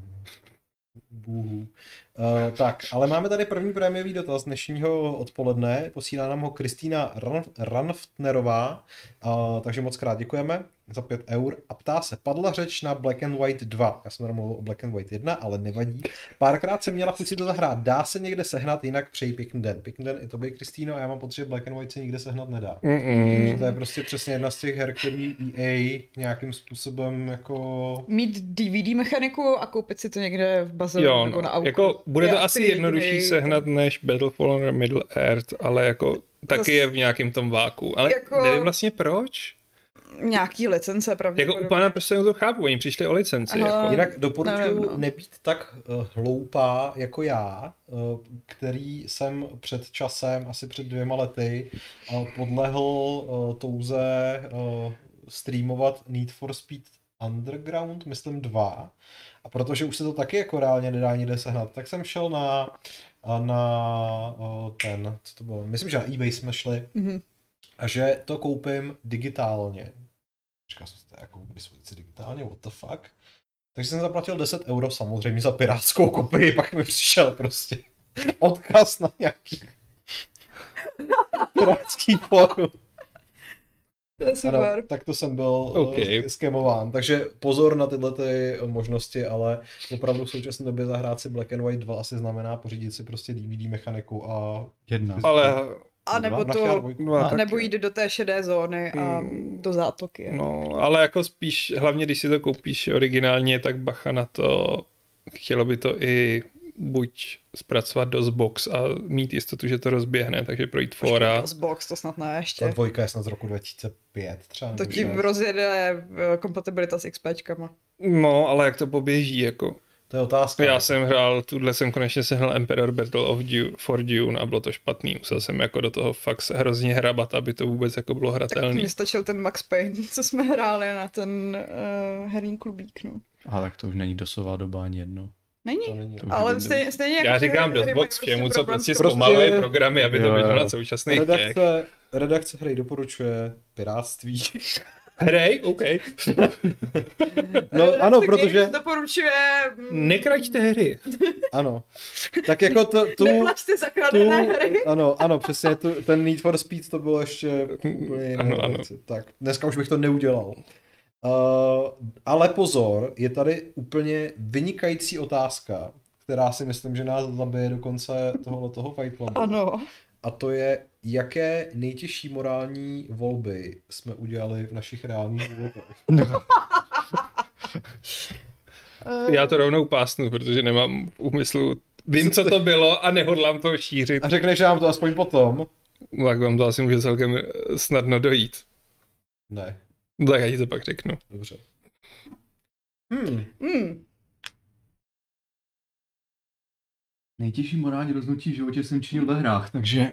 Bůhu. Uh, tak, ale máme tady první prémiový dotaz dnešního odpoledne. Posílá nám ho Kristýna Ran- Ranftnerová, uh, takže moc krát děkujeme za pět eur. A ptá se, padla řeč na Black and White dva. Já jsem mluvil o Black and White jedna, ale nevadí. Párkrát jsem měla chuť si to zahrát. Dá se někde sehnat, jinak přeji pěkný den. Pěkný den i tobě, Kristýno, a já mám pocit, že Black and White se nikde sehnat nedá. Mm-mm. Že to je prostě přesně jedna z těch her, který E A nějakým způsobem jako... Mít D V D mechaniku a koupit si to někde v baze Jo, nebo na no. auku. Jako bude Je to asi jednodušší jedinej- sehnat než Battlefall Middle Earth, ale jako taky Zas- je v nějakém tom váku. Ale jako- nevím vlastně proč. Nějaký licence Jako pravděpodobně. u pána prstenů to chápu, oni přišli o licenci. Aha. Jako. Jinak doporučuji nevím, no. nebýt tak uh, hloupá jako já, uh, který jsem před časem, asi před dvěma lety, uh, podlehl uh, touze uh, streamovat Need for Speed Underground, myslím dva. A protože už se to taky jako reálně nedá nikde sehnat, tak jsem šel na, na uh, ten, co to bylo, myslím, že na eBay jsme šli, Mhm. a že to koupím digitálně. Říkal jsem si, to je jako dispozici digitálně, what the fuck. Takže jsem zaplatil deset euro samozřejmě za pirátskou kopii, pak mi přišel prostě odkaz na nějaký pirátský forum. To je super. Ano, tak to jsem byl Okay. okay. skemován. Takže pozor na tyhle ty možnosti, ale opravdu v současné době zahrát si Black and White dva asi znamená pořídit si prostě D V D mechaniku a... Jedna. Ale A nebo Dva- to, dva- dvojku. no, a nebo jít do té šedé zóny a Hmm. do zátoky. No, ale jako spíš, hlavně když si to koupíš originálně, tak bacha na to, chtělo by to i buď zpracovat do box a mít jistotu, že to rozběhne, takže projít fora. Z box to snad ne Ta ještě. dvojka je snad z roku dva tisíce pět třeba. To nebo ti šest. rozjede eh, kompatibilita s XPčkama. No, ale jak to poběží, jako. To je otázka. Já jsem hrál, tuhle jsem konečně sehnal Emperor Battle of Dune, for Dune a bylo to špatný. Musel jsem jako do toho fakt hrozně hrabat, aby to vůbec jako bylo hratelný. Mně stačil ten Max Payne, co jsme hráli na ten uh, herní klubík, no. A tak to už není dosová doba ani jedno. Není, To není. To už ale je stejně, stejně jako Já ty říkám hry dost mají box všemu, co problém prostě s- Prostě- zpomaluje programy, aby to Jo, běželo jo. na současných těch. Redakce, redakce hry doporučuje pirátství. Hrej, OK. No ano, Games protože... doporučuje... mm, Nekraďte hry. Ano. Tak jako to, tu... Neplaťte za kradené hry. Ano, ano, přesně, tu, ten Need for Speed to bylo ještě úplně jiné Ano, ano. věci. Tak, dneska už bych to neudělal. Uh, ale pozor, je tady úplně vynikající otázka, která si myslím, že nás zabije do konce tohoto Fight Clubu. Ano. A to je, jaké nejtěžší morální volby jsme udělali v našich reálných životech. Eh, Já to rovnou pásnu, protože nemám v úmyslu, vím, co to bylo a nehodlám to šířit. A řekneš nám to aspoň potom? Tak vám to asi může celkem snadno dojít. Ne, Tak já ti to pak řeknu. dobře. Hmm. Hmm. Nejtěžší morální rozhodnutí v životě jsem činil ve hrách, takže...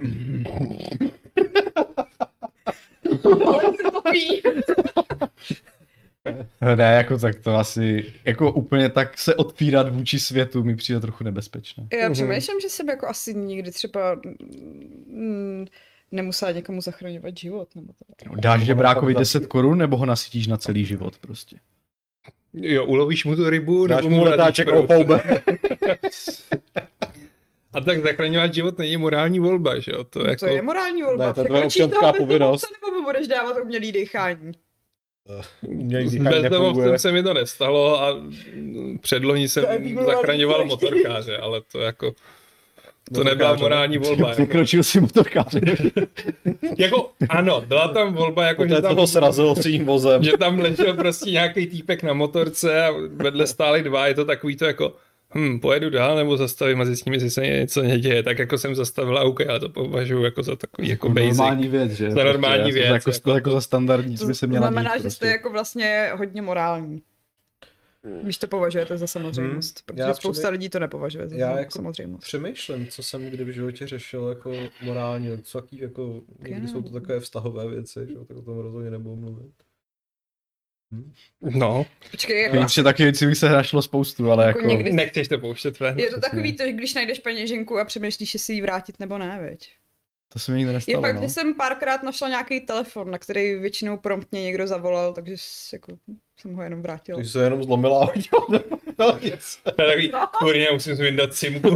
Ne, jako tak to asi, jako úplně tak se odpírat vůči světu mi přijde trochu nebezpečné. Já Mhm. přemýšlím, že jsem jako asi nikdy třeba mm, nemusela někomu zachraňovat život. Nebo to. Dáš žebrákovi deset korun, nebo ho nasytíš na celý život prostě? Jo, ulovíš mu tu rybu, Dáš nebo mu vrátíš letáček prout. o poube. A tak zachraňovat život není morální volba, že jo? To, jako... To je morální volba. Ne, to je tvoje Překročíš občanská toho povinnost. bezdomovce, nebo mu budeš dávat umělý dýchání? Měj S dýchání bezdomovcem nefunguje. se mi to nestalo a předloni jsem To je výborná zachraňoval výpověď. motorkáře, ale to jako... To Motorkáře. nebyla morální volba. Jako, Vykročil si motorkáře. jako ano, byla tam volba, jako, že Poté tam, toho srazil svým vozem. že tam ležel prostě nějaký týpek na motorce a vedle stáli dva, je to takový to jako hm, pojedu dál nebo zastavím a zjistím, jestli se něco neděje, tak jako jsem zastavil a OK, já to považuji jako za takový jako basic. normální věc, že? Za normální Prostě, věc, Jako, jako- jako, jako za standardní, co by se měla znamená, dít, že jste jako vlastně hodně morální. Když to považujete za samozřejmost. Hmm. Protože Já spousta přemý- lidí to nepovažuje za Já jako samozřejmost. Přemýšlím, co jsem kdy v životě řešil jako morálně, co taký jako, někdy jsou to takové vztahové věci, že? jo, tak o tom rozhodně nebudu mluvit. Hm? No, Počkej, jako, Ještě taky věcí bych se hrášlo spoustu, ale Jako jako... někdy- nechceš to pouštět ven. je to přesně. takový to, když najdeš peněženku a přemýšlíš, jestli ji vrátit nebo ne, veď. To se mi nikdy Je nestalo, fakt, no. že jsem párkrát našla nějaký telefon, na který většinou promptně někdo zavolal, takže s- jako, jsem ho jenom vrátila. Takže se jenom zlomila a udělala to nic. To je takový, kurně, musím si vyndat simku.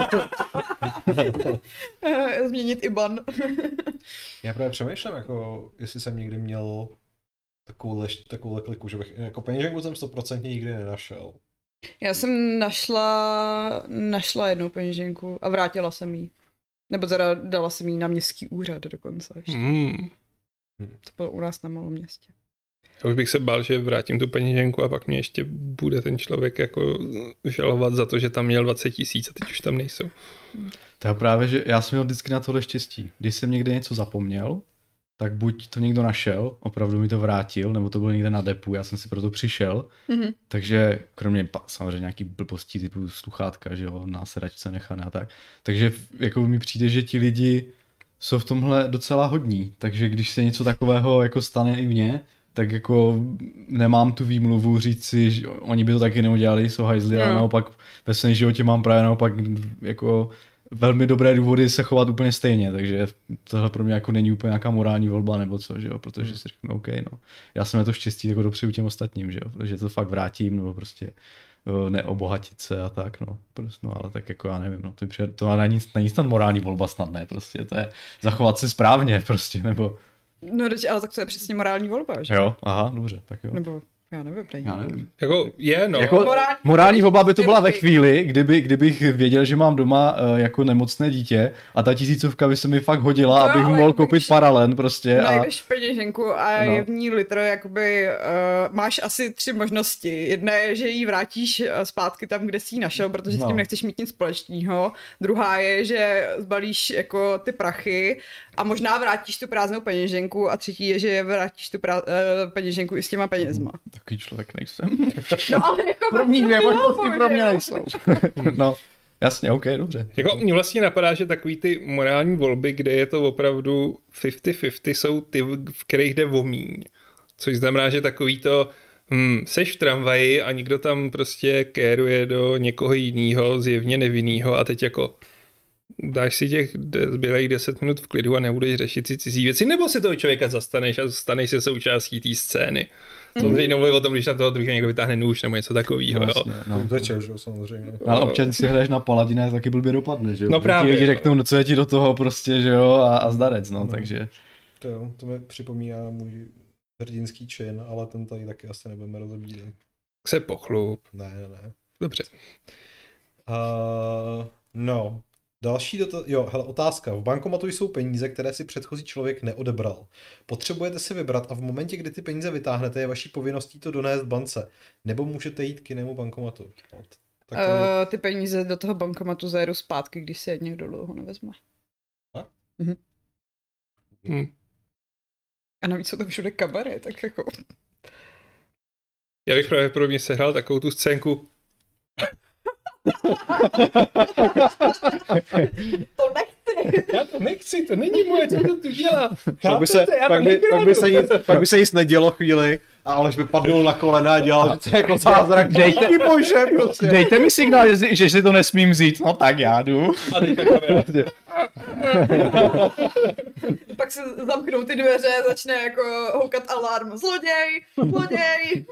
Změnit I B A N. Já právě přemýšlím, jako, jestli jsem někdy měl takovouhle, takovouhle kliku, že bych, jako peněženku jsem stoprocentně nikdy nenašel. Já jsem našla, našla jednu peněženku a vrátila jsem jí. Nebo teda dala jsem jí na městský úřad dokonce. Ještě. Hmm. To bylo u nás na malém městě. Já už bych se bál, že vrátím tu peněženku a pak mě ještě bude ten člověk jako žalovat za to, že tam měl dvacet tisíc a teď už tam nejsou. To je právě, že já jsem měl vždycky na tohle štěstí. Když jsem někde něco zapomněl, tak buď to někdo našel, opravdu mi to vrátil, nebo to bylo někde na depu, já jsem si proto přišel. Mhm. Takže kromě pa- samozřejmě nějaký blbostí typu sluchátka, že jo, na sedačce nechané a tak. Takže jako mi přijde, že ti lidi jsou v tomhle docela hodní. Takže když se něco takového jako stane i mně, tak jako nemám tu výmluvu říct si, že oni by to taky neudělali, jsou hajzli, ale No. naopak ve svém životě mám právě naopak jako velmi dobré důvody se chovat úplně stejně, takže tohle pro mě jako není úplně nějaká morální volba nebo co, že jo, protože si řeknu, OK, no, já jsem na to štěstí jako dopřeju těm ostatním, že jo, protože to fakt vrátím, nebo prostě jo, neobohatit se a tak, no, prostě, no, ale tak jako já nevím, no, to, je, to není, není snad morální volba snadné, prostě, to je zachovat se správně, prostě, nebo... No, doč- ale tak to je přesně morální volba, že? Jo, aha, dobře, tak jo. Nebo, já nevím, není. Já nevím. Jako je, no. Jako, Morální- morální volba by to byla ve chvíli, kdyby, kdybych věděl, že mám doma uh, jako nemocné dítě a ta tisícovka by se mi fakt hodila, No, abych mu ale mohl když- koupit paralen prostě. A... Najdeš peněženku a No. je v ní litr, jakoby uh, máš asi tři možnosti. Jedna je, že ji vrátíš eh, zpátky tam, kde jsi ji našel, protože No. s tím nechceš mít nic společného. Druhá je, že zbalíš jako ty prachy a možná vrátíš tu prázdnou peněženku a třetí je, že vrátíš tu prá- uh, peněženku i s těma penězma. Takový člověk nejsem. No, ale jako První dvě prostě možnosti chápu, pro že mě jo. nejsou. No, jasně, OK, dobře. Jako mně vlastně napadá, že takový ty morální volby, kde je to opravdu padesát padesát, jsou ty, v kterých jde o míň. Což znamená, že takový to, hm, seš v tramvaji a někdo tam prostě kéruje do někoho jiného, zjevně nevinnýho a teď jako dáš si těch de- zbylých deset minut v klidu a nebudeš řešit si cizí věci, nebo si toho člověka zastaneš a staneš se součástí té scény. Samozřejmě nemluvím o tom, když na toho druhého někdo vytáhne nůž nebo něco takového. No, jo. jasně, no. Uteče, že jo, samozřejmě. Ale občas si hraješ na paladina, taky blbě dopadne, že jo? No Protože právě, ti lidi no. řeknou, no co je ti do toho prostě, že jo, a, a zdarec, no, No. takže... To jo, to mi připomíná můj hrdinský čin, ale ten tady taky asi nebudeme rozebírat. Se pochlup. Ne, ne, ne. Dobře. Uh, no, další dotaz, jo, hele, otázka. V bankomatu jsou peníze, které si předchozí člověk neodebral. Potřebujete si vybrat a v momentě, kdy ty peníze vytáhnete, je vaší povinností to donést bance. Nebo můžete jít k jinému bankomatu. Tak to může... Uh, ty peníze do toho bankomatu zajedu zpátky, když si je někdo dlouho nevezme. A? Mhm. Hm. A navíc jsou tam všude kamery, tak jako... Já bych pravděpodobně sehrál takovou tu scénku. To nechci! Já to nechci, to není moje, co to tu dělá. Pak by, se, Chápete? Já to pak, by, nedělám. pak, by se nic, pak by se nic nedělo chvíli a Aleš by padl na kolena a dělal to jako zázrak. Dejte- Díky bože, prostě. Dejte mi signál, že, si- že si to nesmím vzít. No tak já jdu. A teďka kamera. Pak se zamknou ty dveře, začne jako houkat alarm. Zloděj! Zloděj!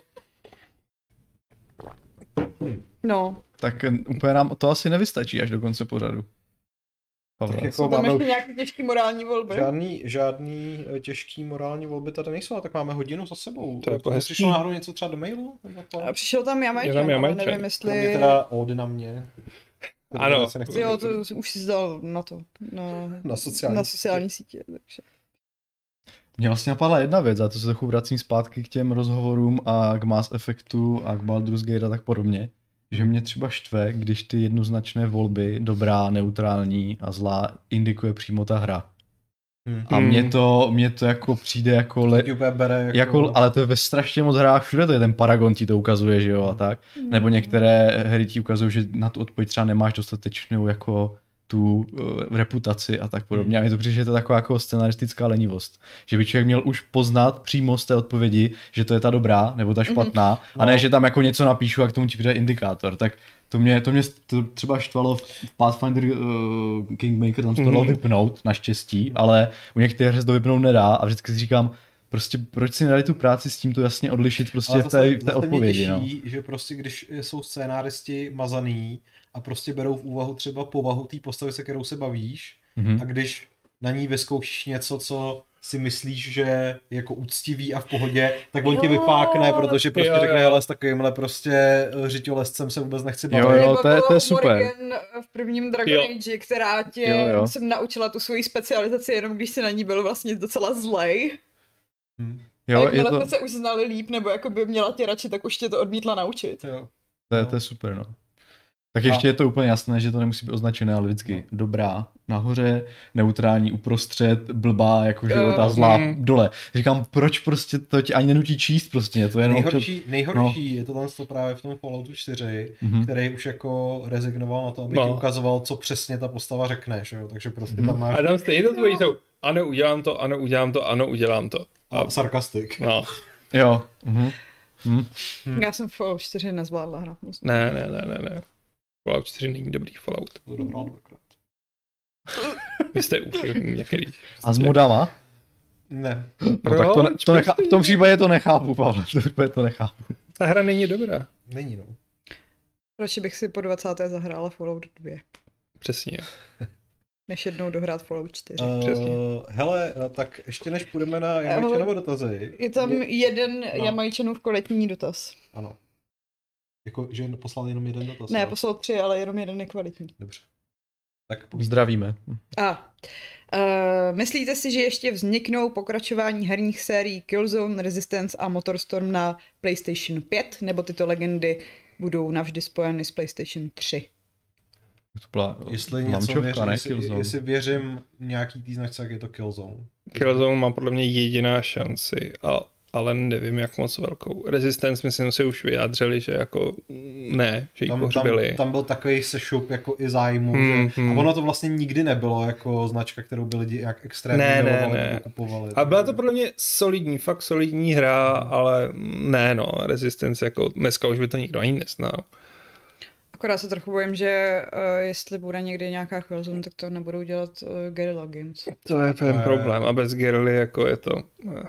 No, Tak eh, úplně nám to asi nevystačí až do konce pořadu. Pavel. Tak jako jsou tam máme ještě už nějaké těžké morální volby. žádný, žádný eh, těžký morální volby tady nejsou, a tak máme hodinu za sebou. To je jako To hezký. přišlo náhodou něco třeba do mailu? Nebo to? A přišel tam Je Jamajčan, tam ale Jamajčan. nevím, Kromě jestli... teda Ody na mě. Ano. Se nechci Jo, zmínit. to už si zdal na to, na, Na sociální na sociální sítě. Takže. Mě vlastně napadla jedna věc, a to se trochu vracím zpátky k těm rozhovorům a k Mass Effectu a k Baldur's Gate a tak podobně. Že mě třeba štve, když ty jednoznačné volby, dobrá, neutrální a zlá, indikuje přímo ta hra. Hmm. A mně to, mně to jako přijde jako, le, Teď úplně bere jako... jako, ale to je ve strašně moc hrách, všude to je ten Paragon ti to ukazuje, že jo, a tak. Nebo některé hry ti ukazují, že na tu odpověď třeba nemáš dostatečnou jako tu uh, reputaci a tak podobně. A mně to přijde, že je to taková jako scenaristická lenivost. Že by člověk měl už poznat přímo z té odpovědi, že to je ta dobrá nebo ta špatná, mm-hmm. a ne, No. že tam jako něco napíšu a k tomu ti přijde indikátor. Tak to mě, to mě to třeba štvalo v Pathfinder uh, Kingmaker, tam se to dalo Mhm. vypnout, naštěstí, ale u některých se to vypnout nedá a vždycky si říkám, prostě proč si nedali tu práci s tím to jasně odlišit prostě Ale v té, zase- v té zase mě odpovědi. No. těší, že prostě když jsou scénáristi mazaný a prostě berou v úvahu třeba povahu té postavy, se kterou se bavíš, Mhm. a když na ní vyzkoušíš něco, co si myslíš, že je jako úctivý a v pohodě, tak on ti Jo. vyfákne, protože prostě Jo, jo. řekne, hele, s takovýmhle prostě řiťolescem se vůbec nechci bavit. Jo, jo. Nebo to je- to je super. Morrigan v prvním Dragon Jo. Age, která tě Jo, jo. jsem naučila tu svoji specializaci, jenom když si na ní byl vlastně docela zlej. Hm. A Jo, je jakmile to, jsme se už znali líp, nebo jako by měla tě radši, tak už tě to odmítla naučit. Jo. to, je, to je super, no. Tak ještě je to úplně jasné, že to nemusí být označené, ale vždycky dobrá nahoře, neutrální uprostřed, blbá, jakože Jo. ta zlá Mm. dole. Říkám, proč prostě to ti ani nenutí číst prostě, to je jenom občas- Nejhorší, nejhorší je to tam to právě v tom Falloutu čtyři, Mhm. který už jako rezignoval na to, aby No. ti ukazoval, co přesně ta postava řekne, že jo? Takže prostě Mhm. tam máš A tam stejně to tvojí jsou, ano, udělám to, ano, udělám to, ano, udělám to. A, sarkastik. no, Jo. Mhm. Mhm. Hmm. Já jsem Fallout čtyři nezvládla hrát. moc. ne, ne, ne, ne, ne. Fallout čtyři není dobrý Fallout. To dohrál dvakrát. Vy jste úchylní některý. A s modama? Ne. No, tak to, ne, to nechá, v tom případě to nechápu, Pavle, to, úplně to nechápu. Ta hra není dobrá. Není, no. Radši bych si po dvacáté zahrála Fallout dva, Přesně. než jednou dohrát Fallout čtyři. Přesně. Uh, hele, eh, tak ještě než půjdeme na Jamajčanovo dotazy. Je tam je- jeden no. Jamajčanův kvalitní dotaz. Ano. Jako, že poslal jenom jeden dotaz. Ne, jo? poslal tři, ale jenom jeden je kvalitní. Dobře. Tak povídej. Zdravíme. A uh, myslíte si, že ještě vzniknou pokračování herních sérií Killzone, Resistance a Motorstorm na PlayStation pět, nebo tyto legendy budou navždy spojeny s PlayStation tři? To byla Jestli něco Mamčovka, věřím, ne? jestli, Killzone. jestli věřím nějaký tý značce, tak je to Killzone. Killzone má podle mě jediná šanci, a, ale nevím, jak moc velkou. Resistance, myslím si, už vyjádřili, že jako ne, že ji Tam, tam, pohřbili. tam byl takový sešup jako i zájmu, Hmm, že, hmm. a ono to vlastně nikdy nebylo jako značka, kterou by lidi jak extrémně Ne, ne, milovali ne. nebo kupovali. A byla to podle mě solidní, fakt solidní hra, ale ne no, Resistance jako dneska už by to nikdo ani neznal. Akorát se trochu bojím, že uh, jestli bude někdy nějaká Killzone, tak to nebudou dělat uh, Guerrilla Games. To je ten Ne. problém a bez Guerrilla jako je to... eh,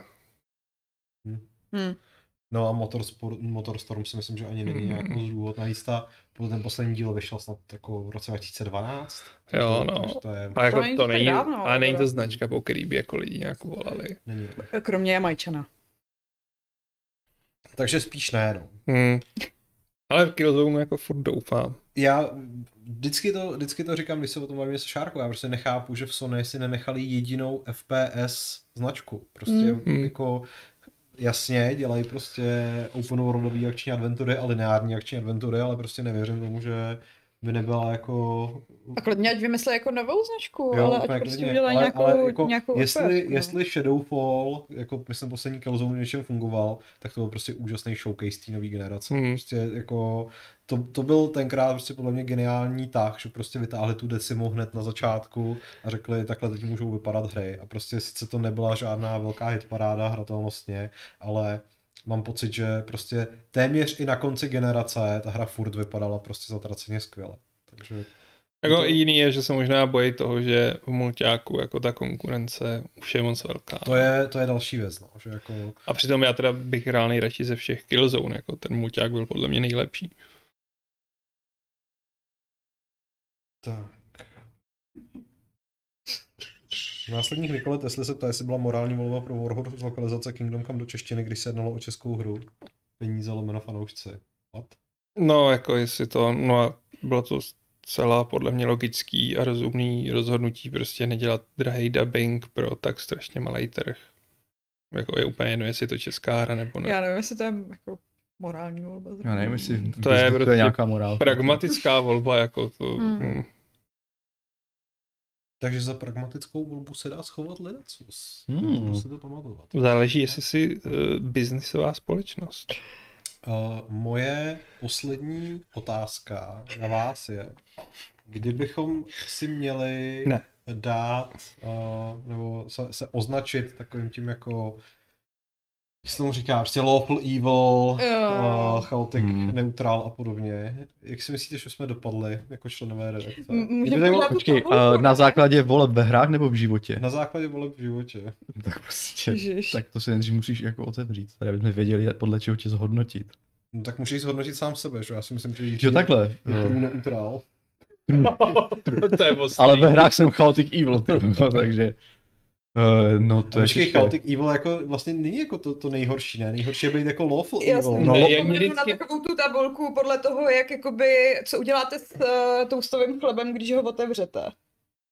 Hmm. No a Motorsport, Motorstorm si myslím, že ani není Hmm. nějak moc důvod. Navíc ta, ten poslední díl vyšel snad jako v roce dva tisíce dvanáct. Jo, takže- no. takže To je, A jako není to tak není, dávno, a není to teda. značka, po který by jako lidi nějak volali. není. Kromě Jamajčana. Takže spíš ne, no. Hmm. Ale v Killzone jako furt doufám. Já vždycky to, vždycky to říkám, když se o tom bavíme se Šárkou, já prostě nechápu, že v Sony si nenechali jedinou F P S značku. Prostě Mm. jako jasně, dělají prostě open worldový akční adventury a lineární akční adventury, ale prostě nevěřím tomu, že by nebyla jako... A klidně ať vymyslí jako novou značku, Jo, ale ať úplně prostě klidně, udělají ale- nějakou, ale jako nějakou jestli, F P S, no. jestli Shadowfall, jako myslím poslední Killzone něčem fungoval, tak to byl prostě úžasný showcase té nové generace. Hmm. Prostě jako to, to byl tenkrát prostě podle mě geniální tah, že prostě vytáhli tu decimu hned na začátku a řekli, takhle teď můžou vypadat hry. A prostě sice to nebyla žádná velká hitparáda hratelnostně, ale mám pocit, že prostě téměř i na konci generace ta hra furt vypadala prostě zatraceně skvěle. Takže Jako to- jediný je, že se možná bojí toho, že v mulťáku jako ta konkurence už je moc velká. to je, to je další věc, no, že jako... A přitom já teda bych hrál nejradši ze všech Killzone, jako ten mulťák byl podle mě nejlepší. Tak. Následních Nikole Tesly se ptá, jestli byla morální volba pro Warhol z lokalizace Kingdom Come do češtiny, když se jednalo o českou hru. Peníze lomeno fanoušci. What? No, jako jestli to, no a bylo to celá podle mě logický a rozumný rozhodnutí prostě nedělat drahý dubbing pro tak strašně malý trh. Jako je úplně jedno, jestli je to česká hra nebo ne. Já nevím, jestli to je jako morální volba. Já nevím, jestli To je to prostě je nějaká morálka. Pragmatická volba, jako to... Hmm. Hmm. Takže za pragmatickou volbu se dá schovat ledacus. Hmm. Můžu si to pamatovat. Záleží, jestli si uh, biznisová společnost. Uh, moje poslední otázka na vás je, kdybychom si měli Ne. dát, uh, nebo se, se označit takovým tím jako, jak se tomu říká, prostě lawful evil, Jo. uh, chaotic, Hmm. neutral a podobně. Jak si myslíte, že jsme dopadli jako členové redakce? M- můžeme Kdyby to bylo- udělat tu Počkej, tabulku? uh, na základě voleb ve hrách nebo v životě? Na základě voleb v životě. Tak prostě, Ježiš. tak to si nejdřív musíš jako otevřít, tady abychom věděli, podle čeho tě zhodnotit. No, tak můžeš zhodnotit sám sebe, že? Já si myslím, že Jiří Jo, takhle. je true neutral. To je moc Ale ve hrách jsem Chaotic Evil, ty, no, takže... Uh, no to A je počkej, těžké. Chaotic Evil jako vlastně není jako to, to nejhorší, ne? Nejhorší je být jako lawful Jasně, evil. No, no, jak jak mě na vždycky- takovou tu tabulku podle toho, jak jakoby, co uděláte s uh, toustovým chlebem, když ho otevřete.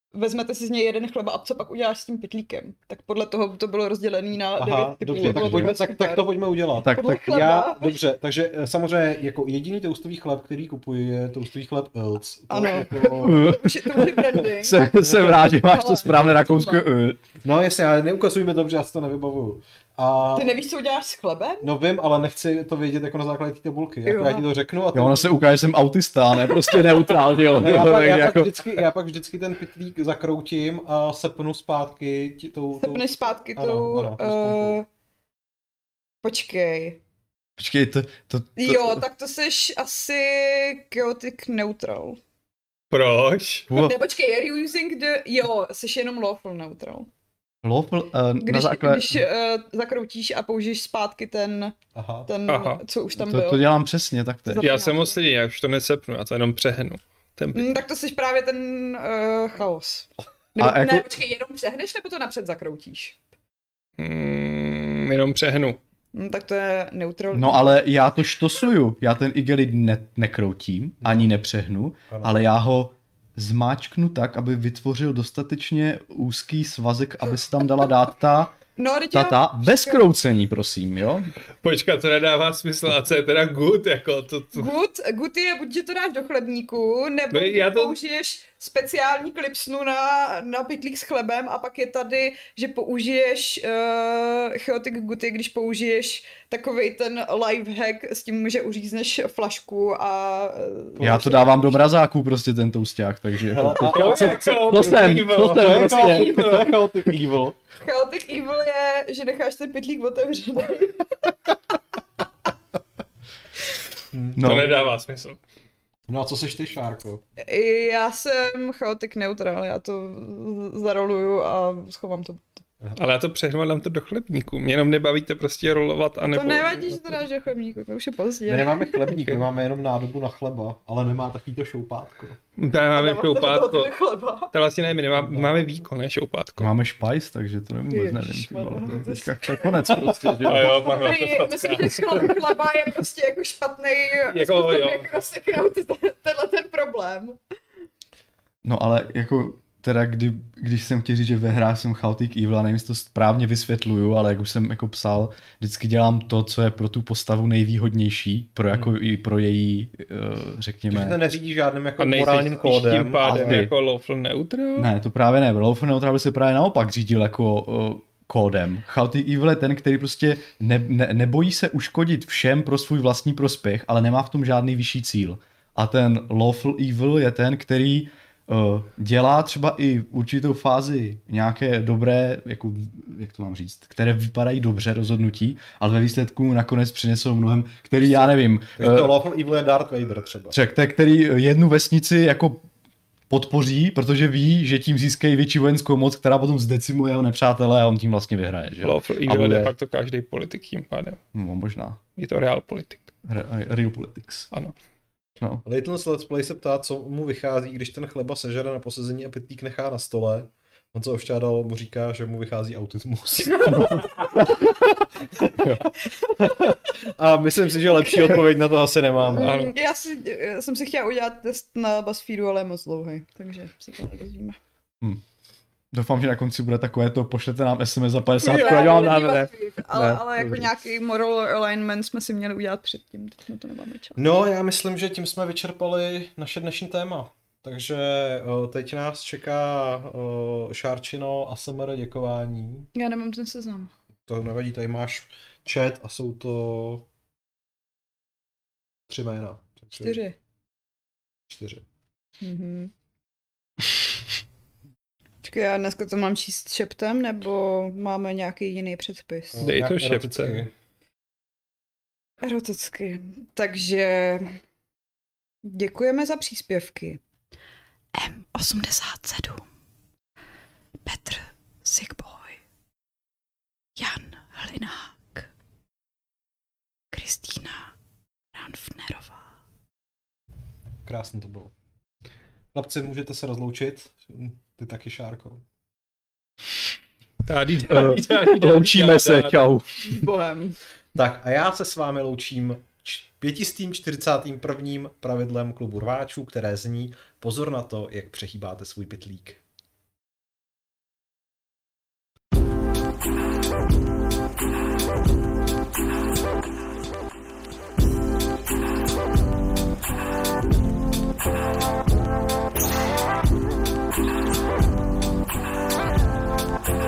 vezmete si z něj jeden chleba a co pak uděláš s tím pytlíkem. Tak podle toho to bylo rozdělený na Aha, devět typů. dobře, tak, Bylo pojďme, moc tak, super. tak to pojďme udělat. Tak, Podle tak chleba. Já, dobře, takže eh, samozřejmě jako jediný toastový chléb, který kupuji, je toastový chléb Elc. To Ano. Jako, To už je- to už je branding. jsem, jsem rád, že máš to Ale- správné rakouské. no jasně, ale neukazujme to, protože já si to nevybavuju. A, Ty nevíš, co uděláš s chlebem? no vím, ale nechci to vědět jako na základě té tabulky. Jako Jo. já ti to řeknu a ty... Jo, ono se ukáže, že jsem autista, ne prostě neutrální, jo. No, já, pak, Takže já, jako- pak vždycky, já pak vždycky ten pytlík zakroutím a sepnu zpátky tí- tou... tou... Sepneš zpátky Ano, tou... ano, tou uh, spoustu. počkej. Počkej, to, to, to, Jo, tak to seš asi chaotic neutral. Proč? Wo- Ne, počkej, are you using the... Jo, jsi jenom lawful neutral. Lawful, uh, na Když, základě, když uh, zakroutíš a použiješ zpátky ten, Aha. ten Aha. co už tam to, byl. to dělám přesně, tak to je. Za- Já jsem moc lidí, já už to nesepnu, já to jenom přehnu. Ten Mm, tak to jsi právě ten uh, chaos. Nebo, A jako- Ne, počkej, jenom přehneš, nebo to napřed zakroutíš? mm, jenom přehnu. Mm, tak to je neutral. No ale já to štosuju, já ten igelit ne, nekroutím, ani nepřehnu, Ano. ale já ho zmáčknu tak, aby vytvořil dostatečně úzký svazek, aby se tam dala dát ta, no, teď ta, já- ta bez kroucení, prosím, jo? Počkat, to nedává smysl, a co je teda good, jako to, to... Good, good je, buď že to dáš do chlebníku, nebo No, já to- použiješ speciální klipsnu na, na pytlík s chlebem a pak je tady, že použiješ uh, chaotic guty, když použiješ takovej ten life hack s tím, že uřízneš flašku a... Uh, Já to dávám do mrazáku prostě ten tousták, takže Hele, jako... a- a- To je jako- To jsem, to To jsem je prostě. chaotic- to je chaotic evil. Chaotic evil je, že necháš ten pytlík otevřený. To No, nedává smysl. No a co seš ty, Šárko? Já jsem chaotic neutral, já to zaroluju a schovám to. Ale já to přehnu a dám to do chlebníku. Mě jenom nebavíte prostě rolovat a nebo... To nevadí, že to dáš do chlebníku, to už je pozdě. My nemáme chlebník, my máme jenom nádobu na chleba, ale nemá takový to šoupátko. Tady máme šoupátko. To chleba. To vlastně ne, my nemáme, máme výkon, ne šoupátko. máme špajs, takže to nevím, vůbec nevím. ty Ježišmarja, vole, to je- Teďka to je konec prostě, že A jo. jo, mám Dobrý, myslím, že chleba chleba je prostě jako špatný Jako, způsob, jo. jak rozseknout ten- tenhle ten problém. No ale jako teda kdy, když jsem chtěl říct, že ve hrách jsem Chaotic Evil a nevím, jestli to správně vysvětluju, ale jak už jsem jako psal, vždycky dělám to, co je pro tu postavu nejvýhodnější, pro jako i pro její, uh, řekněme... Takže to neřídí žádným jako A nejsi morálním spíš kódem. tím pádem Asi. jako lawful neutral? Ne, to právě ne. Lawful Neutral by se právě naopak řídil jako uh, kódem. Chaotic Evil je ten, který prostě ne, ne, nebojí se uškodit všem pro svůj vlastní prospěch, ale nemá v tom žádný vyšší cíl. A ten Lawful Evil je ten, který uh, dělá třeba i určitou fázi nějaké dobré, jako, jak to mám říct, které vypadají dobře rozhodnutí, ale ve výsledku nakonec přinesou mnohem, který já nevím, Takže uh, to Lawful Evil je Darth Vader třeba. Řekte, který jednu vesnici jako podpoří, protože ví, že tím získají větší vojenskou moc, která potom zdecimuje jeho nepřátele a on tím vlastně vyhraje. Že? Lawful A evil je bude- de facto každý politik tím pádem. No, možná. Je to real politik. Re- real politics. Ano. No. Little's Let's Play se ptá, co mu vychází, když ten chleba sežere na posezení a pytlík nechá na stole. On co ovšťádal mu říká, že mu vychází autismus. A myslím si, že lepší odpověď na to asi nemáme. Ano. Já, si, já jsem si chtěla udělat test na BuzzFeedu, ale je moc dlouhý, takže si to nedozvíme. Doufám, že na konci bude takové to, pošlete nám es em es za padesát, Ne, já vám ne, dáme, ne, ne. Ale, Ne, ale jako dobře. nějaký moral alignment jsme si měli udělat předtím, teď jsme to nemáme čas. No, já myslím, že tím jsme vyčerpali naše dnešní téma. Takže o, teď nás čeká o, Šárčino a es em er děkování. Já nemám ten seznam. To nevadí, tady máš chat a jsou to tři jména. Takže Čtyři. Čtyři. Mhm. Počkej, já dneska to mám číst šeptem, nebo máme nějaký jiný předpis? No, Dej nějak to eroticky. šepce. Eroticky. Takže děkujeme za příspěvky. M osmdesát sedm, Petr Sigboy, Jan Hlinák, Kristýna Ranfnerová. Krásně to bylo. Chlapci, můžete se rozloučit? Ty taky, Šárko. Tady, Eh, Loučíme se, čau. Bohem. Tak a já se s vámi loučím č- pětistým čtyřicátým prvním pravidlem klubu rváčů, které zní pozor na to, jak přehýbáte svůj pytlík. Thank